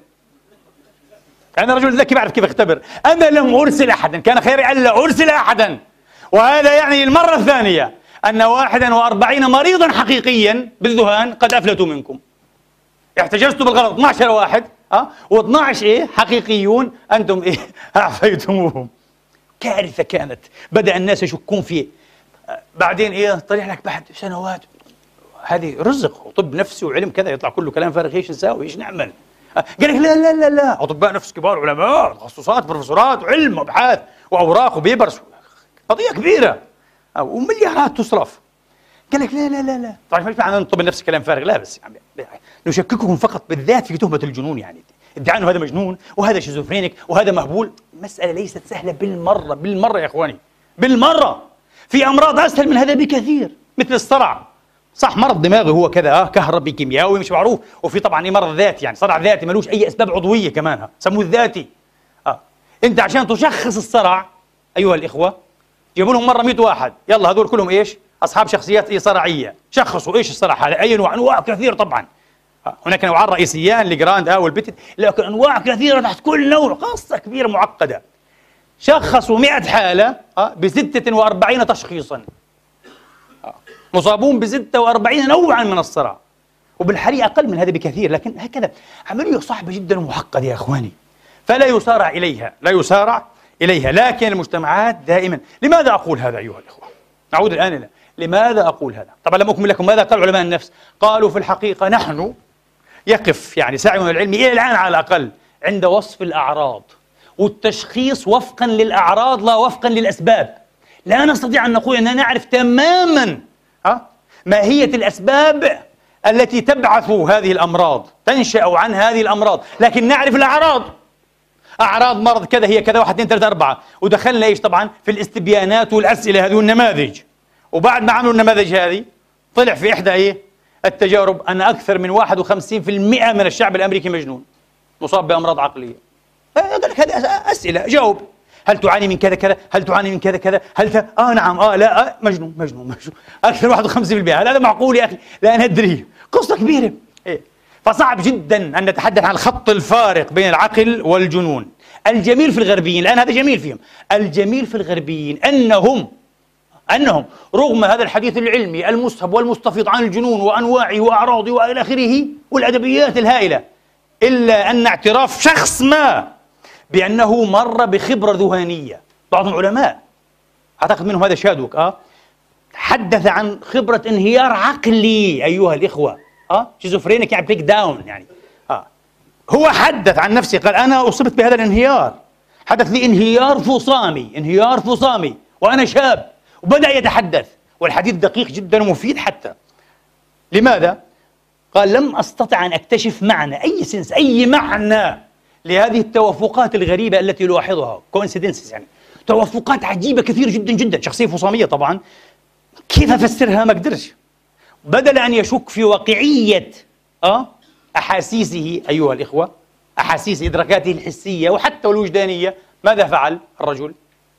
أنا رجل ذكي بعرف كيف أختبر، أنا لم أرسل أحدا، كان خيري ألا أرسل أحدا. وهذا يعني المرة الثانية أن 41 مريضا حقيقيا بالذهان قد أفلتوا منكم. احتجزتوا بالغلط 12 واحد و12 حقيقيون أنتم أعفيتموهم. كارثة كانت، بدأ الناس يشكون فيه. بعدين طلع لك بعد سنوات هذه رزق وطب نفسي وعلم كذا، يطلع كله كلام فارغ، ايش نساوي ايش نعمل؟ قال لك لا لا لا لا، اطباء نفس كبار، علماء تخصصات بروفيسورات وعلم وابحاث واوراق وبيبرس، قضيه كبيره ومليارات تصرف. قال لك لا لا لا لا، طبعا ما معنى الطب النفسي كلام فارغ، لا بس يعني نشككهم فقط بالذات في تهمه الجنون، يعني ادعاء انه هذا مجنون وهذا شيزوفرينيك وهذا مهبول. المساله ليست سهله بالمره يا اخواني، بالمره. في امراض اسهل من هذا بكثير، مثل الصرع، صح مرض دماغي هو كذا كهربي كيميائي مش معروف، وفي طبعا مرض ذاتي، يعني صرع ذاتي ملوش اي اسباب عضويه كمان، سموه الذاتي. انت عشان تشخص الصرع ايها الاخوه جيبوا لهم مره 100 واحد، يلا هذول كلهم ايش؟ اصحاب شخصيات صرعيه، شخصوا ايش الصرع هذا، اي انواع كثير طبعا. هناك نوعان رئيسيان لجراند والبيتت، لكن انواع كثيره تحت كل نوع، قصه كبيره معقده. شخصوا 100 حاله ب 46 تشخيصا، مصابون ب 46 نوعا من الصرع، وبالحقيقة أقل من هذا بكثير، لكن هكذا عملية صعبة جدا ومعقدة يا إخواني، فلا يسارع إليها، لا يسارع إليها. لكن المجتمعات دائما، لماذا أقول هذا أيها الإخوة؟ نعود الآن إلى لماذا أقول هذا؟ طبعا لم أكمل لكم ماذا قال علماء النفس. قالوا في الحقيقة نحن يقف يعني سعينا العلمي إلى الآن على الأقل عند وصف الأعراض والتشخيص وفقا للأعراض لا وفقا للأسباب. لا نستطيع أن نقول أننا نعرف تماما ماهية الأسباب التي تبعث هذه الأمراض، تنشأ عن هذه الأمراض، لكن نعرف الأعراض. أعراض مرض كذا هي كذا 1 2 3 4، ودخلنا إيش طبعا في الاستبيانات والأسئلة هذه والنماذج. وبعد ما عملوا النماذج هذه طلع في إحدى التجارب أن أكثر من 51% من الشعب الأمريكي مجنون مصاب بأمراض عقلية. قال لك هذه أسئلة جاوب، هل تعاني من كذا كذا؟ هل تعاني من كذا كذا؟ هل نعم لا مجنون مجنون مجنون أكثر 51%. هل هذا معقول يا أخي؟ لا ندري، قصة كبيرة. فصعب جدا أن نتحدث عن الخط الفارق بين العقل والجنون. الجميل في الغربيين، الآن هذا جميل فيهم، الجميل في الغربيين أنهم رغم هذا الحديث العلمي المسهب والمستفيض عن الجنون وأنواعه وأعراضه وإلى آخره والأدبيات الهائلة، إلا أن اعتراف شخص ما بأنه مر بخبرة ذهانية، بعض العلماء أعتقد منهم هذا شادوك حدث عن خبرة انهيار عقلي أيها الإخوة، شيزوفرينيك يعني بريك داون، يعني هو حدث عن نفسه قال أنا أصبت بهذا الانهيار، حدث لي انهيار فصامي وأنا شاب، وبدأ يتحدث، والحديث دقيق جدا ومفيد حتى. لماذا؟ قال لم أستطع أن أكتشف معنى أي معنى لهذه التوافقات الغريبة التي نلاحظها، coincidences يعني توافقات عجيبة كثير جدا جدا. شخصية فصامية طبعا، كيف أفسرها ما قدرش. بدل أن يشك في واقعية أحاسيسه أيها الإخوة، أحاسيس إدراكاته الحسية وحتى الوجدانية، ماذا فعل الرجل؟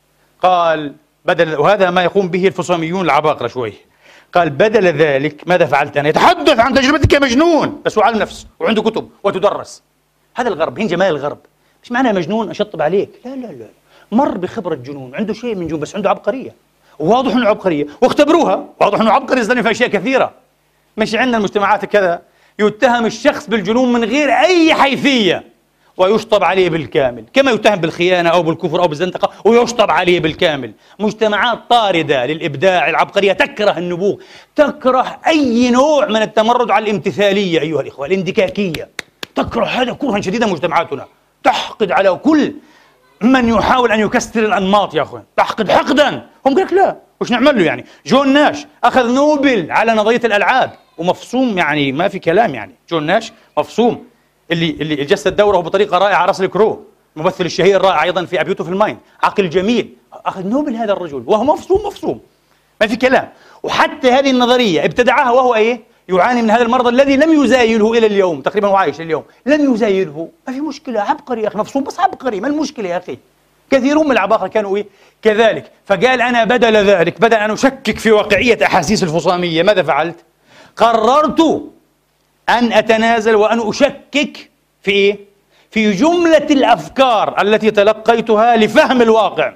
قال بدل، وهذا ما يقوم به الفصاميون العباقرة شوي، قال بدل ذلك ماذا فعلت أنا؟ يتحدث عن تجربتك كمجنون، بس هو علم نفس وعنده كتب وتدرس. هذا الغرب، هين جمال الغرب. مش معنى مجنون أشطب عليك، لا لا لا، مر بخبرة جنون، عنده شيء من جنون بس عنده عبقرية، وواضح انه عبقرية، واختبروها، واضح انه عبقري يزدني في اشياء كثيرة. مش عندنا المجتمعات كذا يتهم الشخص بالجنون من غير اي حيثية ويشطب عليه بالكامل، كما يتهم بالخيانة او بالكفر او بالزندقة ويشطب عليه بالكامل. مجتمعات طاردة للابداع، العبقرية، تكره النبوغ، تكره اي نوع من التمرد على الامتثالية ايها الاخوة، الاندكاكية، تكره هذا كرها شديدا. مجتمعاتنا تحقد على كل من يحاول أن يكسر الأنماط يا أخوان، تحقد حقدا. هم قالك لا، وش نعمل له يعني؟ جون ناش أخذ نوبل على نظرية الألعاب ومفصوم، يعني ما في كلام. يعني جون ناش مفصوم، اللي جسد دوره بطريقة رائعة، راسل كرو الممثل الشهير الرائع أيضا في أبيوتو في الماين، عقل جميل، أخذ نوبل هذا الرجل وهو مفصوم ما في كلام. وحتى هذه النظرية ابتدعها وهو إيه؟ يعاني من هذا المرض الذي لم يزايله إلى اليوم، تقريبا هو عايش اليوم، لم يزايله. ما في مشكلة، عبقري يا أخي، مفصوم بس عبقري، ما المشكلة يا أخي؟ كثيرون من العباقرة كانوا إيه؟ كذلك. فقال أنا بدل ذلك، بدل أن أشكك في واقعية أحاسيس الفصامية، ماذا فعلت؟ قررت أن أتنازل وأن أشكك في إيه؟ في جملة الأفكار التي تلقيتها لفهم الواقع.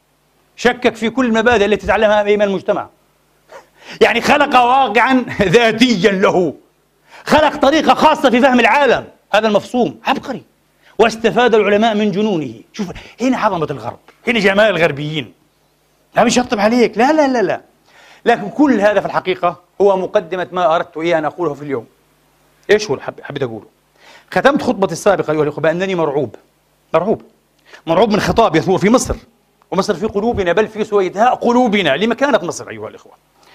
شكك في كل المبادئ التي تعلمها من المجتمع. يعني خلق واقعا ذاتيا له، خلق طريقة خاصة في فهم العالم. هذا المفصوم عبقري، واستفاد العلماء من جنونه. شوف هنا عظمة الغرب، هنا جمال الغربيين. لا بيشطب عليك، لا لا لا لا. لكن كل هذا في الحقيقة هو مقدمة ما أردت إياه أن أقوله في اليوم. إيش هو حبيت أقوله؟ ختمت خطبتي السابقة أيها الأخوة بأنني مرعوب من خطاب يثور في مصر، ومصر في قلوبنا، بل في سويداء قلوبنا لمكانة مصر أيها الأخوة.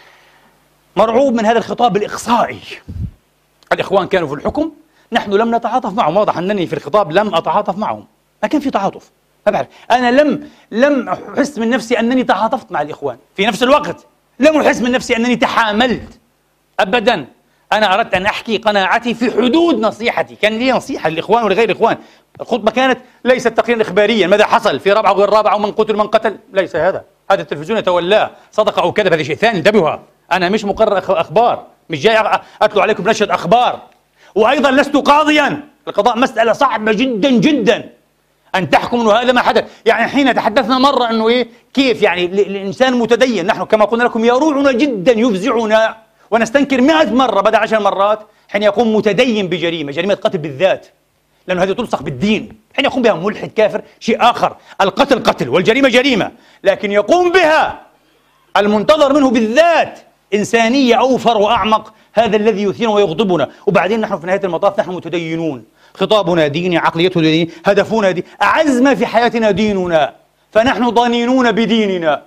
مرعوب من هذا الخطاب الإقصائي. الإخوان كانوا في الحكم، نحن لم نتعاطف معهم. واضح أنني في الخطاب لم أتعاطف معهم، ما كان في تعاطف، ما بعرف. أنا لم أحس من نفسي أنني تعاطفت مع الإخوان، في نفس الوقت لم أحس من نفسي أنني تحاملت أبدا. أنا أردت أن أحكي قناعتي في حدود نصيحتي، كان لي نصيحة للإخوان ولغير الإخوان. الخطبة كانت ليست تقريرا إخباريا، ماذا حصل في رابعة وغير رابعة ومن قتل من قتل، ليس هذا التلفزيون يتولاه، صدق أو كذب، هذا شيء ثاني، انتبهوا. أنا مش مقرر أخبار، مش جاي أتلو عليكم بنشرة أخبار، وأيضا لست قاضيا. القضاء مسألة صعبة جدا جدا، أن تحكم أنه هذا ما حدث. يعني حين تحدثنا مرة أنه إيه كيف يعني الإنسان متدين، نحن كما قلنا لكم يروعنا جدا، يفزعنا، ونستنكر 100 مرة بدل 10 مرات حين يقوم متدين جريمة قتل بالذات، لأنه هذه تلصق بالدين. حين يقوم بها ملحد كافر شيء آخر، القتل قتل والجريمة جريمة، لكن يقوم بها المنتظر منه بالذات إنسانية أوفر وأعمق، هذا الذي يثيرنا ويغضبنا. وبعدين نحن في نهاية المطاف نحن متدينون، خطابنا ديني، عقليته ديني، هدفنا دي، أعز ما في حياتنا ديننا، فنحن ضنينون بديننا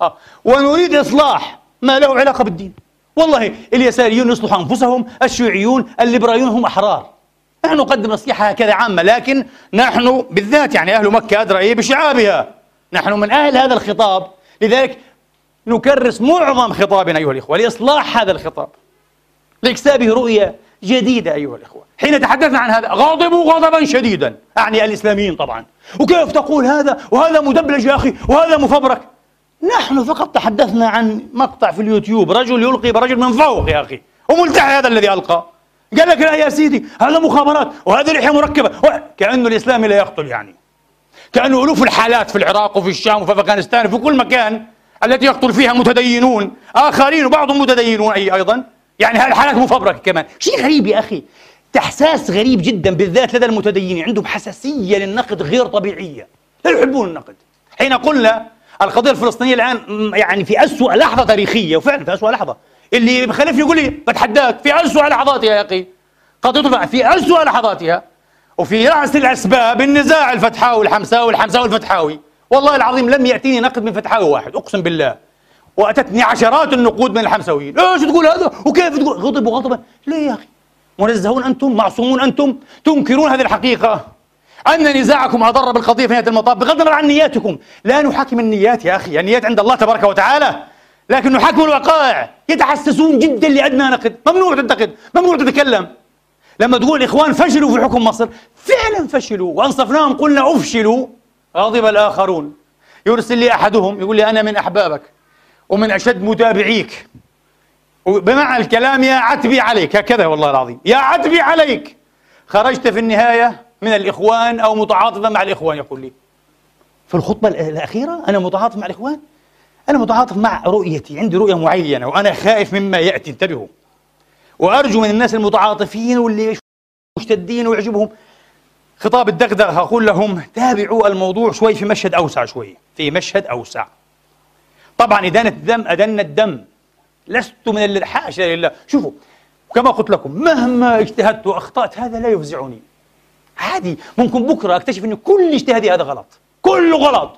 ونريد إصلاح ما له علاقة بالدين. والله اليساريون يصلحوا أنفسهم، الشيوعيون، الليبراليون هم أحرار. نحن نقدم نصيحة هكذا عامة، لكن نحن بالذات يعني أهل مكة أدرى بشعابها، نحن من أهل هذا الخطاب، لذلك نكرس معظم خطابنا أيها الإخوة لإصلاح هذا الخطاب، لإكسابه رؤية جديدة أيها الإخوة. حين تحدثنا عن هذا غضبوا غضبا شديدا، أعني الإسلاميين طبعا، وكيف تقول هذا، وهذا مدبلج يا أخي، وهذا مفبرك. نحن فقط تحدثنا عن مقطع في اليوتيوب، رجل يلقي برجل من فوق يا أخي، وملتحي هذا الذي ألقى، قال لك لا يا سيدي هذا مخابرات وهذا لحية مركبة، كأنه الإسلامي لا يقتل، يعني كأنه ألوف الحالات في العراق وفي الشام وفي أفغانستان وفي كل مكان التي يقتل فيها متدينون آخرين وبعضهم متدينون أيضا، يعني هذه الحالات مفبركة كمان. شيء غريب يا أخي، تحساس غريب جدا بالذات لدى المتدينين، عندهم حساسية للنقد غير طبيعية، لا يحبون النقد. حين قلنا القضية الفلسطينية الآن يعني في أسوأ لحظة تاريخية، وفعلا في أسوأ لحظة، اللي بخلفني يقول لي بتحداك في أسوأ لحظاتها يا أخي، قضية في أسوأ لحظاتها، وفي رأس الأسباب النزاع الفتحاوي الحمساوي والحمساوي الفتحاوي. والله العظيم لم يأتيني نقد من فتحاوي واحد، أقسم بالله، وأتتني عشرات النقود من الحمساويين. إيش تقول هذا؟ وكيف تقول؟ غضبوا غضبا. ليه يا أخي؟ منزهون أنتم، معصومون أنتم، تنكرون هذه الحقيقة أن نزاعكم أضر بالقضية في نهاية المطاف، بغض النظر عن نياتكم. لا نحاكم النيات يا أخي، النيات عند الله تبارك وتعالى، لكن نحاكم الوقائع. يتحسسون جدا لأدنى نقد. ممنوع تنتقد، ممنوع تتكلم. لما تقول الإخوان فشلوا في حكم مصر، فعلا فشلوا وأنصفناهم قلنا أفشلوا. غضب الآخرون. يرسل لي أحدهم يقول لي أنا من أحبابك ومن أشد متابعيك، بمعنى الكلام يا عتبي عليك، هكذا والله العظيم، يا عتبي عليك، خرجت في النهاية من الإخوان أو متعاطفا مع الإخوان. يقول لي في الخطبة الأخيرة أنا متعاطف مع الإخوان. أنا متعاطف مع رؤيتي، عندي رؤية معينة وأنا خائف مما يأتي، انتبهوا. وأرجو من الناس المتعاطفين واللي مشتدين ويعجبهم خطاب الدغدغة أقول لهم تابعوا الموضوع شوي في مشهد أوسع، شوي في مشهد أوسع. طبعا إدانة الدم أدنا الدم، لست من حاشا لله. شوفوا كما قلت لكم مهما اجتهدت وأخطأت هذا لا يفزعني، عادي. ممكن بكرة أكتشف أن كل اجتهادي هذا غلط، كله غلط،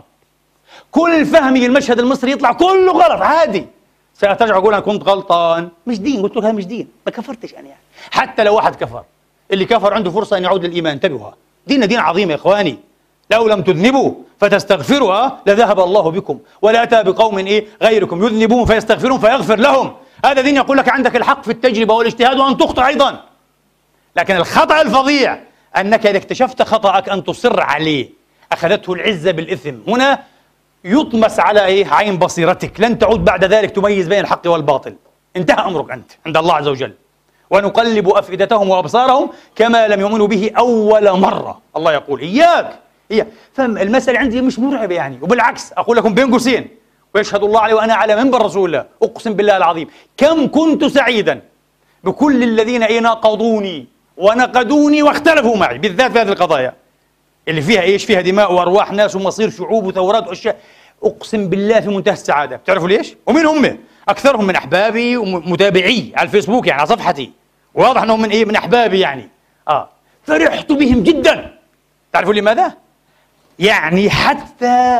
كل فهمي المشهد المصري يطلع كله غلط، عادي. سأترجع أقول أنا كنت غلطان، مش دين، قلت لك هذا مش دين، ما كفرتش أنا يعني. حتى لو واحد كفر، اللي كفر عنده فرصة أن يعود للإيمان، انتبهوا. ديننا دين عظيم يا إخواني، لو لم تذنبوا فتستغفروا لذهب الله بكم ولا أتى بقوم غيركم يذنبون فيستغفرون فيغفر لهم. هذا دين يقول لك عندك الحق في التجربة والاجتهاد وأن تخطئ أيضا. لكن الخطأ الفظيع أنك إذا اكتشفت خطأك أن تصر عليه. أخذته العزة بالإثم، هنا يطمس على عين بصيرتك، لن تعود بعد ذلك تميز بين الحق والباطل. انتهى أمرك أنت عند الله عز وجل. ونقلب أفئدتهم وأبصارهم كما لم يؤمنوا به أول مرة. الله يقول إياك. فالمسألة عندي مش مرعبة يعني، وبالعكس أقول لكم بين قوسين ويشهد الله علي وأنا على منبر رسول الله، أقسم بالله العظيم كم كنت سعيدا بكل الذين ناقضوني ونقدوني واختلفوا معي، بالذات في هذه القضايا اللي فيها فيها دماء وأرواح ناس ومصير شعوب وثورات وأشياء. أقسم بالله في منتهى السعادة. بتعرفوا ليش؟ ومين هم؟ أكثرهم من أحبابي ومتابعي على الفيسبوك، يعني على صفحتي، واضح أنهم من أحبابي يعني. فرحت بهم جدا. تعرفوا لماذا؟ يعني حتى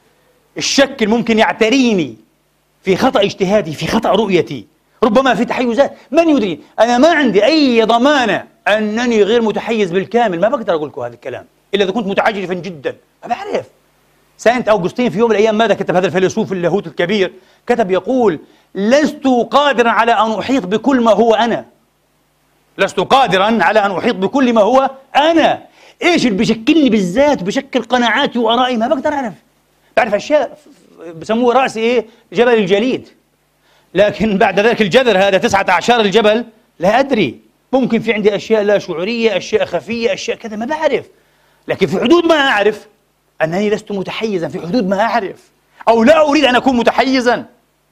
الشك الممكن يعتريني في خطأ اجتهادي، في خطأ رؤيتي، ربما في تحيزات، من يدري. أنا ما عندي أي ضمانة أنني غير متحيز بالكامل، ما بقدر أقول لكم هذا الكلام إلا إذا كنت متعجرفا جدا، ما بعرف. سانت أوغسطين في يوم من الأيام ماذا كتب هذا الفيلسوف اللاهوت الكبير؟ كتب يقول لست قادرا على أن أحيط بكل ما هو أنا، لست قادرا على أن أحيط بكل ما هو أنا. إيش اللي بيشكلني بالذات، بشكل قناعاتي وآرائي، ما بقدر أعرف. بعرف أشياء بسموه رأسي جبل الجليد، لكن بعد ذلك الجذر هذا 19 الجبل لا أدري. ممكن في عندي أشياء لا شعورية، أشياء خفية، أشياء كذا ما بعرف، لكن في حدود ما أعرف أنني لست متحيزا، في حدود ما أعرف، أو لا أريد أن أكون متحيزا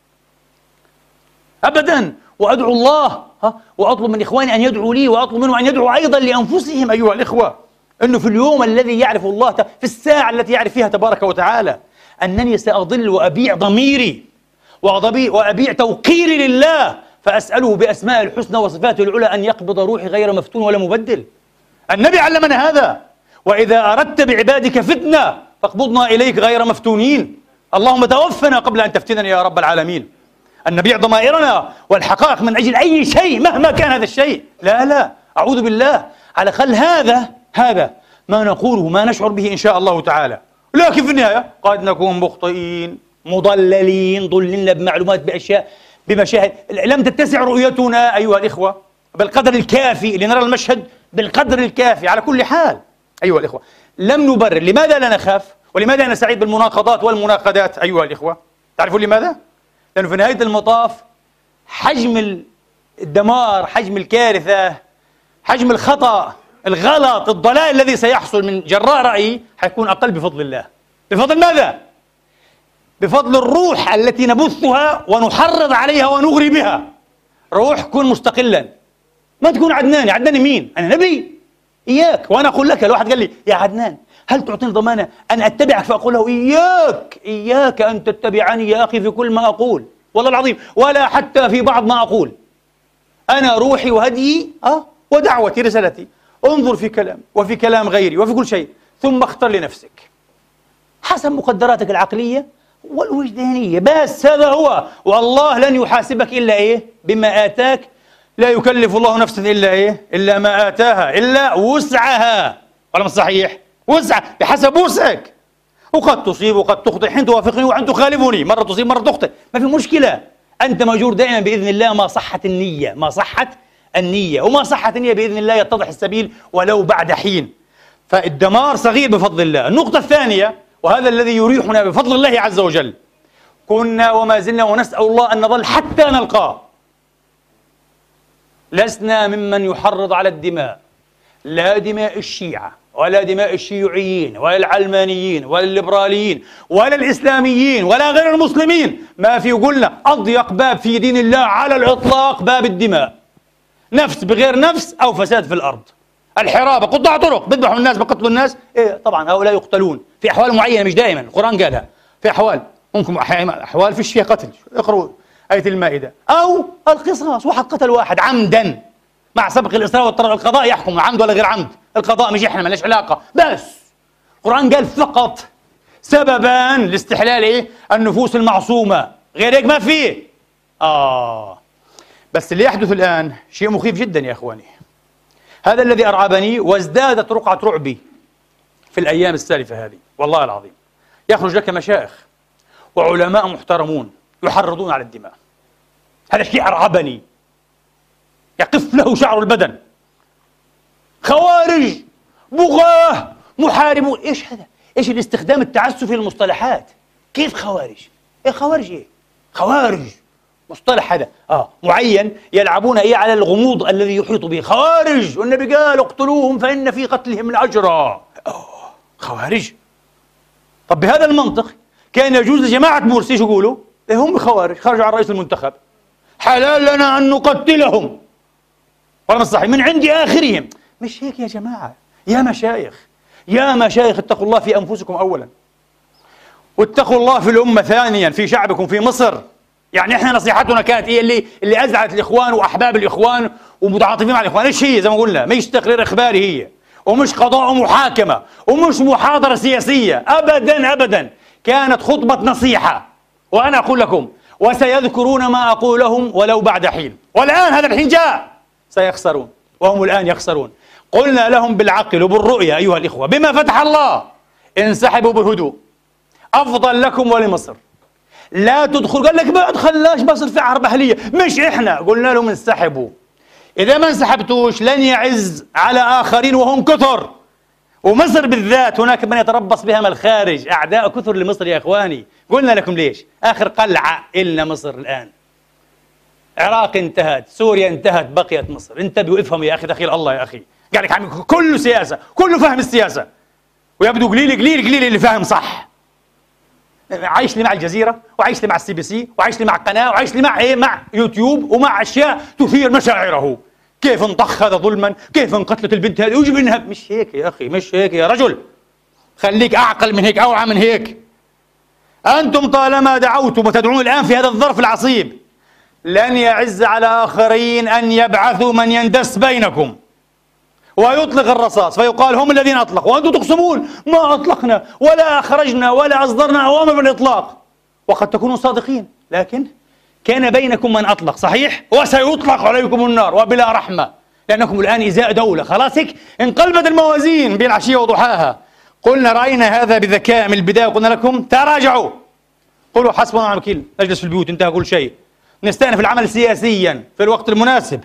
أبدا. وأدعو الله وأطلب من إخواني أن يدعوا لي، وأطلب منهم أن يدعوا أيضا لأنفسهم أيها الإخوة، أنه في اليوم الذي يعرف الله، في الساعة التي يعرف فيها تبارك وتعالى أنني سأضل وأبيع ضميري وأبيع توقيري لله، فأسأله بأسماء الحسنى وصفاته العلى أن يقبض روحي غير مفتون ولا مبدل. النبي علمنا هذا، وإذا أردت بعبادك فتنة فاقبضنا إليك غير مفتونين. اللهم توفنا قبل أن تفتننا يا رب العالمين. أن نبيع ضمائرنا والحقائق من أجل أي شيء مهما كان هذا الشيء، لا أعوذ بالله. على الأقل هذا ما نقوله، ما نشعر به إن شاء الله تعالى. لكن في النهاية قد نكون مخطئين مضللين، ضللنا بمعلومات، بأشياء، بمشاهد لم تتسع رؤيتنا أيها الإخوة بالقدر الكافي لنرى المشهد بالقدر الكافي. على كل حال أيها الإخوة لم نبرر. لماذا لا نخاف؟ ولماذا أنا سعيد بالمناقضات والمناقدات أيها الإخوة؟ تعرفون لماذا؟ لأنه في نهاية المطاف حجم الدمار، حجم الكارثة، حجم الخطأ، الغلط، الضلال الذي سيحصل من جراء رأيي حيكون أقل بفضل الله. بفضل ماذا؟ بفضل الروح التي نبثها ونحرض عليها ونغري بها. روح كن مستقلا، ما تكون عدناني. عدناني مين؟ أنا نبي إياك. وأنا أقول لك، الواحد قال لي يا عدنان هل تعطيني ضمانة أن أتبعك؟ فأقول له إياك أن تتبعني يا أخي في كل ما أقول، والله العظيم، ولا حتى في بعض ما أقول. أنا روحي وهديي ودعوتي رسالتي، انظر في كلام وفي كلام غيري وفي كل شيء، ثم اختر لنفسك حسب مقدراتك العقلية والوجدانية، بس هذا هو. والله لن يحاسبك إلا إيه؟ بما آتاك. لا يكلف الله نفسا إلا إيه؟ إلا ما آتاها، إلا وسعها. ولا مش صحيح؟ وسع بحسب وسعك، وقد تصيب وقد تخطئ، حين توافقني وحين تخالفني، مرة تصيب مرة تخطئ، ما في مشكلة. أنت مأجور دائما بإذن الله ما صحت النية، ما صحت النية، وما صحت النية بإذن الله يتضح السبيل ولو بعد حين. فالدمار صغير بفضل الله. النقطة الثانية، وهذا الذي يريحنا بفضل الله عز وجل، كنا وما زلنا ونسأل الله أن نظل حتى نلقاه لسنا ممن يحرض على الدماء، لا دماء الشيعة ولا دماء الشيوعيين ولا العلمانيين ولا الليبراليين ولا الإسلاميين ولا غير المسلمين. ما في، قلنا أضيق باب في دين الله على الإطلاق باب الدماء، نفس بغير نفس أو فساد في الأرض. الحرابة، قطاع طرق، بيذبحوا الناس، بقتلوا الناس، إيه طبعا هؤلاء يقتلون في أحوال معينة، مش دائما، القرآن قالها في أحوال، ممكن أحوال فيش فيها قتل، اقرأوا آية المائدة. أو القصاص، واحد قتل واحد عمدا مع سبق الإصرار والإضطرار، القضاء يحكم عمد ولا غير عمد، القضاء مش إحنا، مالناش علاقة. بس القرآن قال فقط سببا لاستحلال إيه؟ النفوس المعصومة، غير هيك ما فيه. بس اللي يحدث الآن شيء مخيف جدا يا إخواني. هذا الذي أرعبني وازدادت رقعة رعبي في الأيام السالفة هذه، والله العظيم. يخرج لك مشايخ وعلماء محترمون يحرضون على الدماء، هذا الشيء أرعبني، يقف له شعر البدن. خوارج، بغاة، محاربون، إيش هذا؟ إيش الاستخدام التعسفي للمصطلحات؟ كيف خوارج؟ إيه خوارج إيه؟ خوارج مصطلح هذا معين يلعبون إيه على الغموض الذي يحيط به. خوارج، والنبي قال اقتلوهم فإن في قتلهم الأجر. خوارج. طب بهذا المنطق كان يجوز لجماعة مرسي شو يقولوا؟ إيه هم خوارج، خرجوا عن رئيس المنتخب، حلال لنا أن نقتلهم، ولا مش صحيح؟ من عند آخرهم. مش هيك يا جماعة، يا مشايخ، يا مشايخ، اتقوا الله في أنفسكم أولا، واتقوا الله في الأمة ثانيا، في شعبكم في مصر. يعني احنا نصيحتنا كانت ايه؟ اللي ازعجت الاخوان واحباب الاخوان ومتعاطفين مع الاخوان، ايش هي؟ زي ما قلنا، مش تقرير اخباري هي، ومش قضاء ومحاكمه، ومش محاضره سياسيه، ابدا ابدا، كانت خطبه نصيحه. وانا اقول لكم وسيذكرون ما اقول لهم ولو بعد حين. والان هذا الحين جاء، سيخسرون، وهم الان يخسرون. قلنا لهم بالعقل وبالرؤيه ايها الاخوه، بما فتح الله، انسحبوا بهدوء، افضل لكم ولمصر. لا تدخل، قال لك ما ادخلناش مصر في حرب اهليه، مش احنا، قلنا لهم انسحبوا. اذا ما انسحبتوش لن يعز على اخرين وهم كثر، ومصر بالذات هناك من يتربص بها من الخارج، اعداء كثر لمصر يا اخواني. قلنا لكم ليش؟ اخر قلعه النا مصر الان. العراق انتهت، سوريا انتهت، بقيت مصر. انتبهوا افهموا يا اخي، دخيل الله يا اخي، قال لك كله سياسه، كله فهم السياسه، ويبدو قليل قليل قليل اللي فاهم صح. عايش لي مع الجزيرة، وعايش لي مع الCBC، وعايش لي مع قناة، وعايش لي مع مع يوتيوب، ومع أشياء تثير مشاعره. كيف انطخ هذا ظلما، كيف انقتلت البنت هذه، ويجب انها. مش هيك يا أخي، مش هيك يا رجل، خليك أعقل من هيك، أوعى من هيك. أنتم طالما دعوتم وتدعون الآن في هذا الظرف العصيب، لن يعز على آخرين أن يبعثوا من يندس بينكم ويطلق الرصاص، فيقال هم الذين أطلقوا، وأنتم تقسمون ما أطلقنا ولا أخرجنا ولا أصدرنا أوامر بالإطلاق، وقد تكونوا صادقين، لكن كان بينكم من أطلق، صحيح؟ وسيطلق عليكم النار وبلا رحمة، لأنكم الآن إزاء دولة. خلاص هيك انقلبت الموازين بين العشية وضحاها. قلنا رأينا هذا بذكاء من البداية، قلنا لكم تراجعوا، قولوا حسبنا ونعم الوكيل، نجلس في البيوت، انتهى كل شيء، نستأنف العمل سياسيا في الوقت المناسب.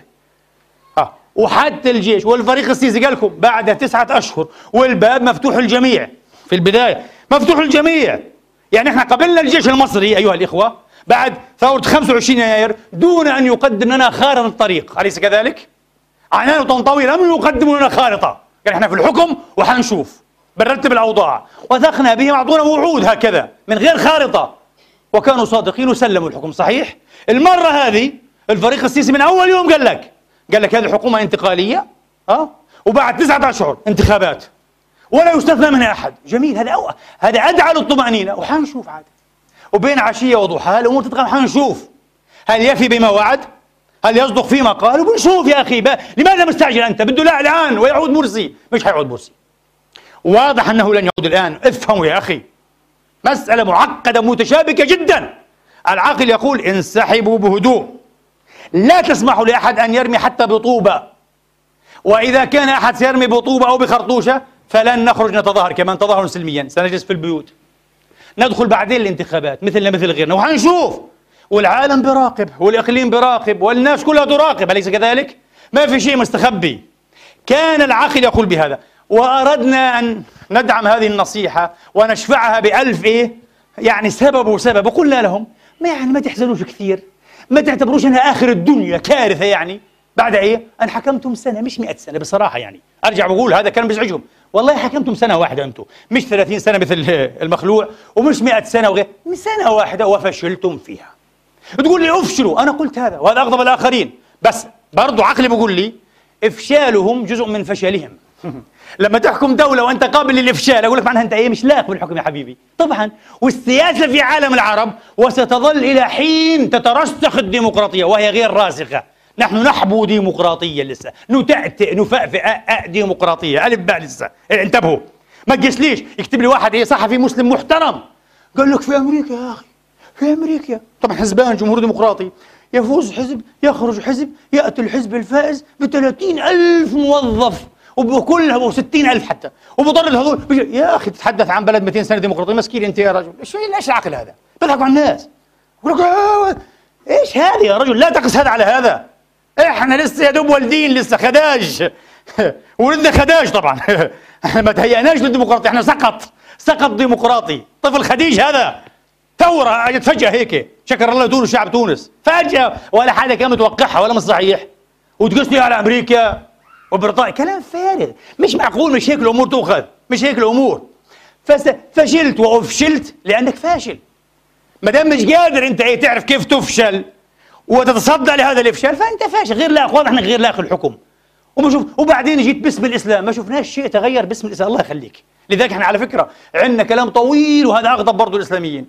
وحتى الجيش والفريق السياسي قال لكم بعد 9 أشهر، والباب مفتوح للجميع. في البداية مفتوح للجميع، يعني احنا قبلنا الجيش المصري أيها الإخوة بعد ثورة 25 يناير دون أن يقدم لنا خارطة الطريق، أليس كذلك؟ عنان وطنطاوي لم يقدموا لنا خارطة، قال احنا في الحكم وحنشوف، بنرتب الأوضاع، وثقنا بهم، أعطونا وعود هكذا من غير خارطة، وكانوا صادقين وسلموا الحكم. صحيح؟ المرة هذه الفريق السياسي من أول يوم قال لك هذه حكومة انتقالية، وبعد 9 أشهر انتخابات ولا يستثنى منها أحد. جميل، هذا أدعى للطمأنينة، وحنشوف عاد، وبين عشية وضحاها الأمور تتغير، حنشوف هل يفي بما وعد، هل يصدق فيما قال؟ وبنشوف يا أخي لماذا مستعجل أنت؟ بده لا الآن ويعود مرسي. مش حيعود مرسي، واضح أنه لن يعود الآن. افهموا يا أخي، مسألة معقدة متشابكة جدا. العقل يقول انسحبوا بهدوء، لا تسمحوا لأحد أن يرمي حتى بطوبة، وإذا كان أحد سيرمي بطوبة أو بخرطوشة فلن نخرج نتظاهر كمان تظاهرا سلميا، سنجلس في البيوت، ندخل بعدين الانتخابات مثلنا مثل غيرنا وحنشوف، والعالم براقب والإقليم براقب والناس كلها تراقب، أليس كذلك؟ ما في شيء مستخبي. كان العاقل يقول بهذا، وأردنا أن ندعم هذه النصيحة ونشفعها بألف يعني سبب، وقلنا لهم ما تحزنوش كثير، ما تعتبروش أنها آخر الدنيا كارثة يعني بعد أن حكمتم سنة مش 100 سنة. بصراحة يعني أرجع بقول هذا كان بيزعجهم، والله حكمتم سنة واحدة أنتم، مش 30 سنة مثل المخلوع، ومش 100 سنة وغير، سنة واحدة وفشلتم فيها. تقول لي افشلوا، أنا قلت هذا وهذا أغضب الآخرين، بس برضو عقلي بقول لي إفشالهم جزء من فشلهم. لما تحكم دولة وأنت قابل للإفشال أقول لك معناها أنت مش لايق بالحكم يا حبيبي. طبعا، والسياسة في عالم العرب وستظل إلى حين تترسخ الديمقراطية وهي غير راسخة. نحن نحبو ديمقراطية لسه، نتأتئ نفأفئ ديمقراطية ألف باء لسه. انتبهوا، ما تقيسليش يكتب لي واحد صحفي مسلم محترم قال لك في أمريكا يا أخي، في أمريكا طبعا حزبان جمهور ديمقراطي، يفوز حزب يخرج حزب، يأتي الحزب الفائز ب30,000 موظف وبكلها و60,000 حتى، وبطرد هذول يا أخي تتحدث عن بلد 200 سنة ديمقراطية، مسكين أنت يا رجل. إيش العقل هذا؟ بيضحكوا على الناس. يقول لك إيش هذا يا رجل؟ لا تقس هذا على هذا. إحنا لسه يا دوب والدين، لسه خداج ولدنا خداج طبعا. إحنا ما تهيأناش للديمقراطية، إحنا سقط ديمقراطي، طفل خديج هذا، ثورة اجت فجأة هيك، شكر الله تونس شعب تونس فجأة، ولا حدا كان متوقعها ولا مش صحيح، وتقص لي على أمريكا وبريطانيا، كلام فارغ، مش معقول، مش هيك الأمور تؤخذ، مش هيك الأمور. فشلت وأفشلت لأنك فاشل. ما دام مش قادر أنت تعرف كيف تفشل وتتصدى لهذا الإفشال فأنت فاشل، غير لائق، واضح أنك غير لائق الحكم. وبعدين جيت باسم الإسلام، ما شفناش شيء تغير باسم الإسلام، الله يخليك. لذلك احنا على فكرة عندنا كلام طويل، وهذا أغضب برضو الإسلاميين،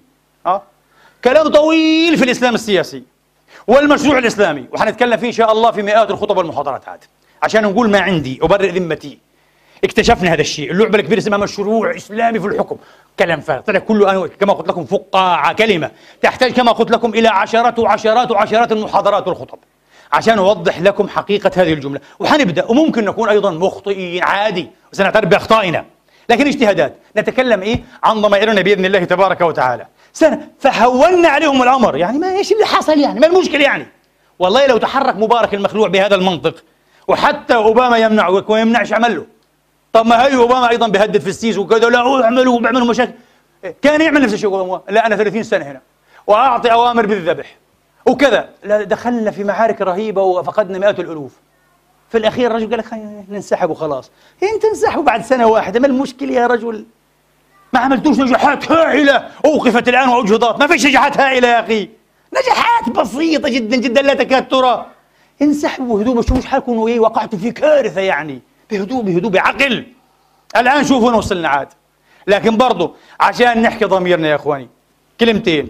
كلام طويل في الإسلام السياسي والمشروع الإسلامي، وحنتكلم فيه إن شاء الله في مئات الخطب والمحاضرات عاد، عشان نقول ما عندي أبرئ ذمتي. اكتشفنا هذا الشيء، اللعبة الكبيرة اسمها مشروع إسلامي في الحكم، كلام فارغ، طلع كله أنا كما قلت لكم فقاعة، كلمة تحتاج كما قلت لكم إلى عشرات وعشرات وعشرات المحاضرات والخطب عشان أوضح لكم حقيقة هذه الجملة. وحنبدأ، وممكن نكون أيضا مخطئين عادي، وسنعترف بأخطائنا، لكن اجتهادات، نتكلم عن ضمائرنا بإذن الله تبارك وتعالى. فهولنا عليهم الأمر، يعني ما ايش اللي حصل، يعني ما المشكلة يعني. والله لو تحرك مبارك المخلوع بهذا المنطق وحتى أوباما يمنعه وما يمنعش عمله، طب ما هي أوباما أيضا بيهدد في السيس وكذا، لا اعملوا بيعملوا مشاكل، كان يعمل نفس الشيء أوباما، لا أنا 30 سنة هنا وأعطي أوامر بالذبح وكذا، لا دخلنا في معارك رهيبة وفقدنا مئات الألوف. في الأخير الرجل قال لك خلينا ننسحب وخلاص. انت انسحبوا بعد سنة واحدة، ما المشكلة يا رجل؟ ما عملتوش نجاحات هائلة أوقفت الآن وأجهضت، ما فيش نجاحات هائلة يا أخي، نجاحات بسيطة جدا جدا لا تكاد ترى. انسحبوا بهدوء، ما تشوفوش حالكم وقعتوا في كارثة يعني، بهدوء بهدوء بعقل. الآن شوفوا وصلنا عاد. لكن برضو عشان نحكي ضميرنا يا إخواني كلمتين،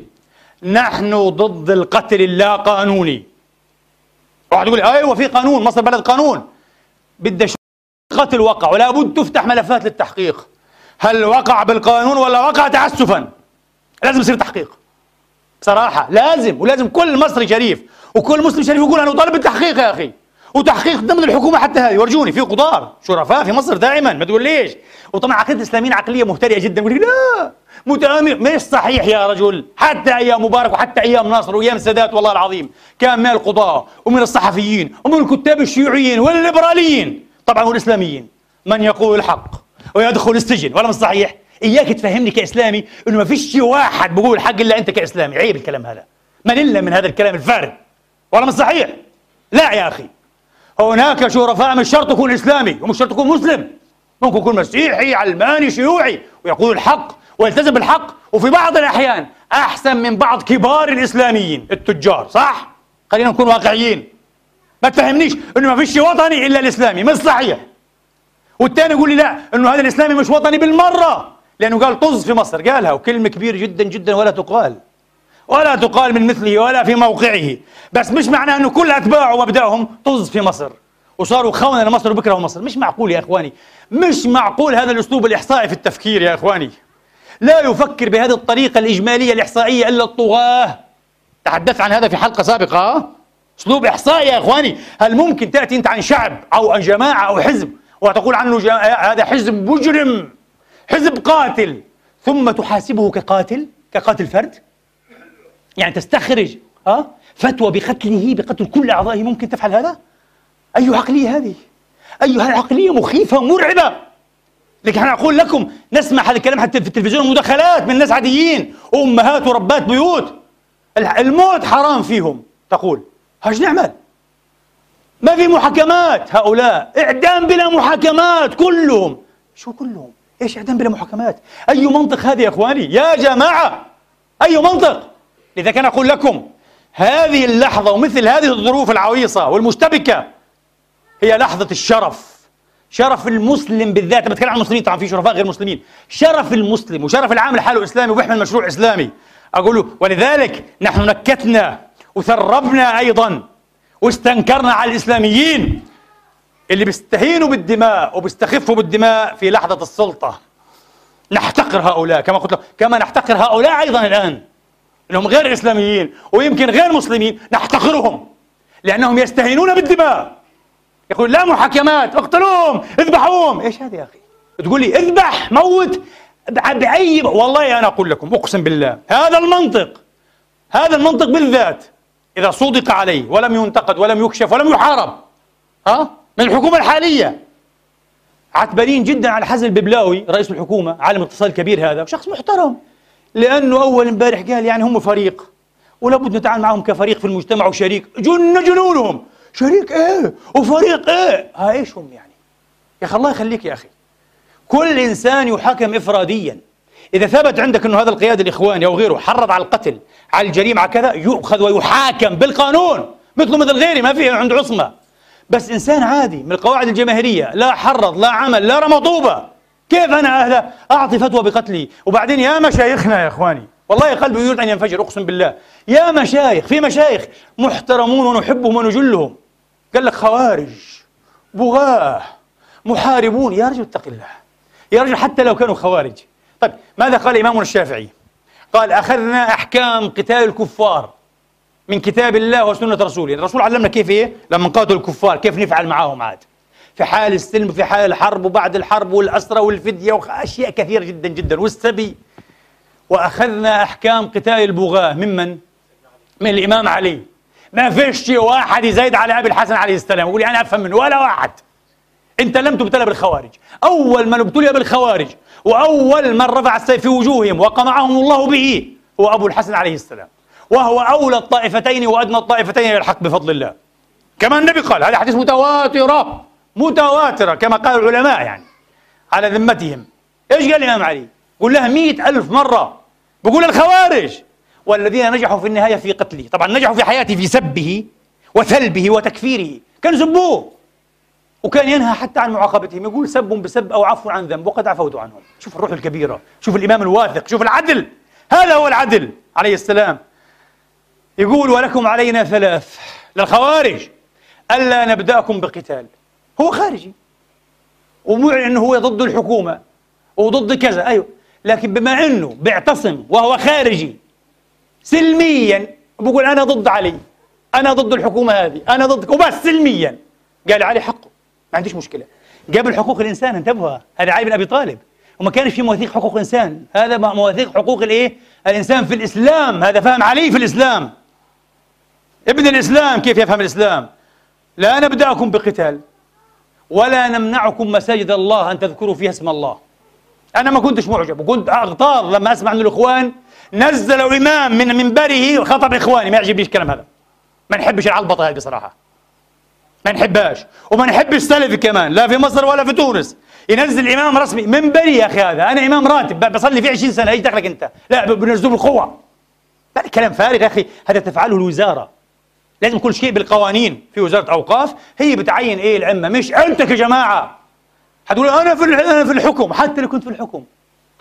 نحن ضد القتل اللا قانوني. واحد يقول أيوة في قانون، مصر بلد قانون، بدها قتل وقع ولا بد تفتح ملفات للتحقيق، هل وقع بالقانون ولا وقع تعسفا؟ لازم يصير تحقيق بصراحة، لازم، ولازم كل مصري شريف وكل مسلم شريف يقول أنا أطالب بالتحقيق يا أخي، وتحقيق ضمن الحكومة حتى هذه، ورجوني في قضاة شرفاء في مصر دائما، ما تقول ليش. وطبعا عقيدة الإسلاميين عقلية مهترئة جدا، يقول لا متآمر، مش صحيح يا رجل، حتى أيام مبارك وحتى أيام ناصر وأيام السادات والله العظيم كان من القضاة ومن الصحفيين ومن الكتاب الشيوعيين والليبراليين طبعا والإسلاميين من يقول الحق ويدخل السجن، ولا مش صحيح؟ إياك تفهمني كإسلامي إنه ما فيش واحد بيقول الحق إلا أنت كإسلامي، عيب الكلام هذا، مللنا من هذا الكلام الفارغ، ولا مش صحيح؟ لا يا أخي، هناك شرفاء مش شرط يكون إسلامي ومش شرط يكون مسلم، ممكن يكون مسيحي علماني شيوعي ويقول الحق ويلتزم بالحق، وفي بعض الأحيان أحسن من بعض كبار الإسلاميين التجار، صح؟ خلينا نكون واقعيين، ما تفهمنيش إنه ما فيش وطني إلا الإسلامي، مش صحيح. والتاني يقول لي لا إنه هذا الإسلامي مش وطني بالمرة، لأنه قال طز في مصر، قالها وكلمة كبيرة جدا جدا ولا تقال، ولا تقال من مثله ولا في موقعه، بس مش معناه أنه كل أتباعه ومبدأهم طز في مصر وصاروا خونة لمصر وبكرهوا مصر. مش معقول يا إخواني، مش معقول هذا الأسلوب الإحصائي في التفكير يا إخواني. لا يفكر بهذه الطريقة الإجمالية الإحصائية إلا الطغاة. تحدثت عن هذا في حلقة سابقة. أسلوب إحصائي يا إخواني. هل ممكن تأتي أنت عن شعب أو عن جماعة أو حزب وتقول عنه هذا حزب مجرم، حزب قاتل، ثم تحاسبه كقاتل فرد؟ يعني تستخرج فتوى بقتله، بقتل كل أعضائه؟ ممكن تفعل هذا؟ أي عقلية هذه؟ أيها العقلية مخيفة مرعبة. لكن أنا أقول لكم نسمع هذا الكلام حتى في التلفزيون، مداخلات من ناس عاديين وأمهات وربات بيوت الموت حرام فيهم، تقول هاش نعمل، ما في محاكمات، هؤلاء إعدام بلا محاكمات كلهم. شو كلهم؟ إيش إعدام بلا محاكمات؟ أي منطق هذا يا إخواني يا جماعة؟ أي منطق؟ لذا كان أقول لكم هذه اللحظة ومثل هذه الظروف العويصة والمشتبكة هي لحظة الشرف، شرف المسلم بالذات. أنا بتكلم عن المسلمين، طبعا في شرفاء غير مسلمين. شرف المسلم وشرف العامل حاله إسلامي وبيحمل مشروع إسلامي. أقول له ولذلك نحن نكتنا وثربنا أيضا واستنكرنا على الإسلاميين اللي بيستهينوا بالدماء وبيستخفوا بالدماء في لحظة السلطة. نحتقر هؤلاء كما قلت لكم، كما نحتقر هؤلاء أيضا الآن إنهم غير إسلاميين ويمكن غير مسلمين، نحتقرهم لأنهم يستهينون بالدماء. يقول لا محاكمات، اقتلوهم، اذبحوهم. ايش هذا يا أخي؟ تقول لي اذبح، موت، بأي والله أنا أقول لكم أقسم بالله هذا المنطق بالذات إذا صدق عليه ولم ينتقد ولم يكشف ولم يحارب من الحكومة الحالية. عتبانين جدا على حسن الببلاوي رئيس الحكومة، عالم اقتصاد كبير هذا، شخص محترم، لأنه أول امبارح قال يعني هم فريق ولابد نتعامل معهم كفريق في المجتمع وشريك. جنونهم، شريك ايه وفريق ايه؟ ايش هم يعني؟ يا اخي الله يخليك يا اخي، كل انسان يحاكم افراديا. اذا ثبت عندك انه هذا القيادي الاخواني او غيره حرض على القتل، على الجريمه، على كذا، يؤخذ ويحاكم بالقانون مثل غيره، ما فيه عنده عصمه. بس انسان عادي من القواعد الجماهيريه، لا حرض لا عمل لا رمى طوبه، كيف انا هذا اعطي فتوى بقتله؟ وبعدين يا مشايخنا يا اخواني والله قلبي يريد ان ينفجر اقسم بالله. يا مشايخ، في مشايخ محترمون ونحبهم ونجلهم، قال لك خوارج، بغاة، محاربون. يا رجل اتق الله يا رجل، حتى لو كانوا خوارج. طيب ماذا قال إمامنا الشافعي؟ قال أخذنا أحكام قتال الكفار من كتاب الله وسنة رسوله. الرسول علمنا كيف لما نقاتل الكفار كيف نفعل معهم عاد في حال السلم وفي حال الحرب وبعد الحرب والأسرة والفدية وأشياء كثيرة جدا جدا والسبي. وأخذنا أحكام قتال البغاة من الإمام علي. ما فيش واحد يزايد على أبي الحسن عليه السلام يقول أنا أفهم منه، ولا واحد. أنت لم تبتلى بالخوارج. أول من ابتلي بالخوارج وأول من رفع السيف في وجوههم وقمعهم الله به هو أبو الحسن عليه السلام، وهو أولى الطائفتين وأدنى الطائفتين إلى الحق بفضل الله. كما النبي قال، هذا حديث متواترة كما قال العلماء يعني على ذمتهم. إيش قال الإمام علي؟ قل لها 100,000 مرة بقول الخوارج والذين نجحوا في النهاية في قتله. طبعا نجحوا في حياته في سبه وثلبه وتكفيره، كان سبوه وكان ينهى حتى عن معاقبتهم، يقول سب بسب أو عفو عن ذنب وقد عفوت عنهم. شوف الروح الكبيرة، شوف الإمام الواثق، شوف العدل. هذا هو العدل عليه السلام. يقول ولكم علينا 3 للخوارج: ألا نبدأكم بقتال. هو خارجي ومعلن أنه هو ضد الحكومة وضد كذا، أيوه، لكن بما أنه بيعتصم وهو خارجي سلميا بقول أنا ضد علي، أنا ضد الحكومة هذه، أنا ضد، وبس سلميا. قال علي حقه، ما عنديش مشكلة. قبل حقوق الإنسان، انتبهوا، هذا علي بن أبي طالب، وما كانش في مواثيق حقوق إنسان، هذا مواثيق حقوق الإنسان في الإسلام. هذا فهم علي في الإسلام، ابن الإسلام. كيف يفهم الإسلام؟ لا نبدأكم بقتال ولا نمنعكم مساجد الله أن تذكروا فيها اسم الله. أنا ما كنتش معجب وكنت أغتاظ لما أسمع أن الإخوان نزلوا إمام من منبره خطب إخواني. ما يعجبنيش الكلام هذا، ما نحبش العلبطة هذه بصراحة، ما نحبهاش، وما نحبش سلفي كمان، لا في مصر ولا في تونس ينزل إمام رسمي منبري. يا أخي هذا أنا إمام راتب بصلي فيه 20 سنة، إيش دخلك أنت؟ لا بنزلوا بالقوة. هذا كلام فارغ يا أخي، هذا تفعله الوزارة. لازم كل شيء بالقوانين. في وزارة أوقاف هي بتعين العمة، مش أنت كجماعة. حتقول أنا في الحكم، حتى لو كنت في الحكم،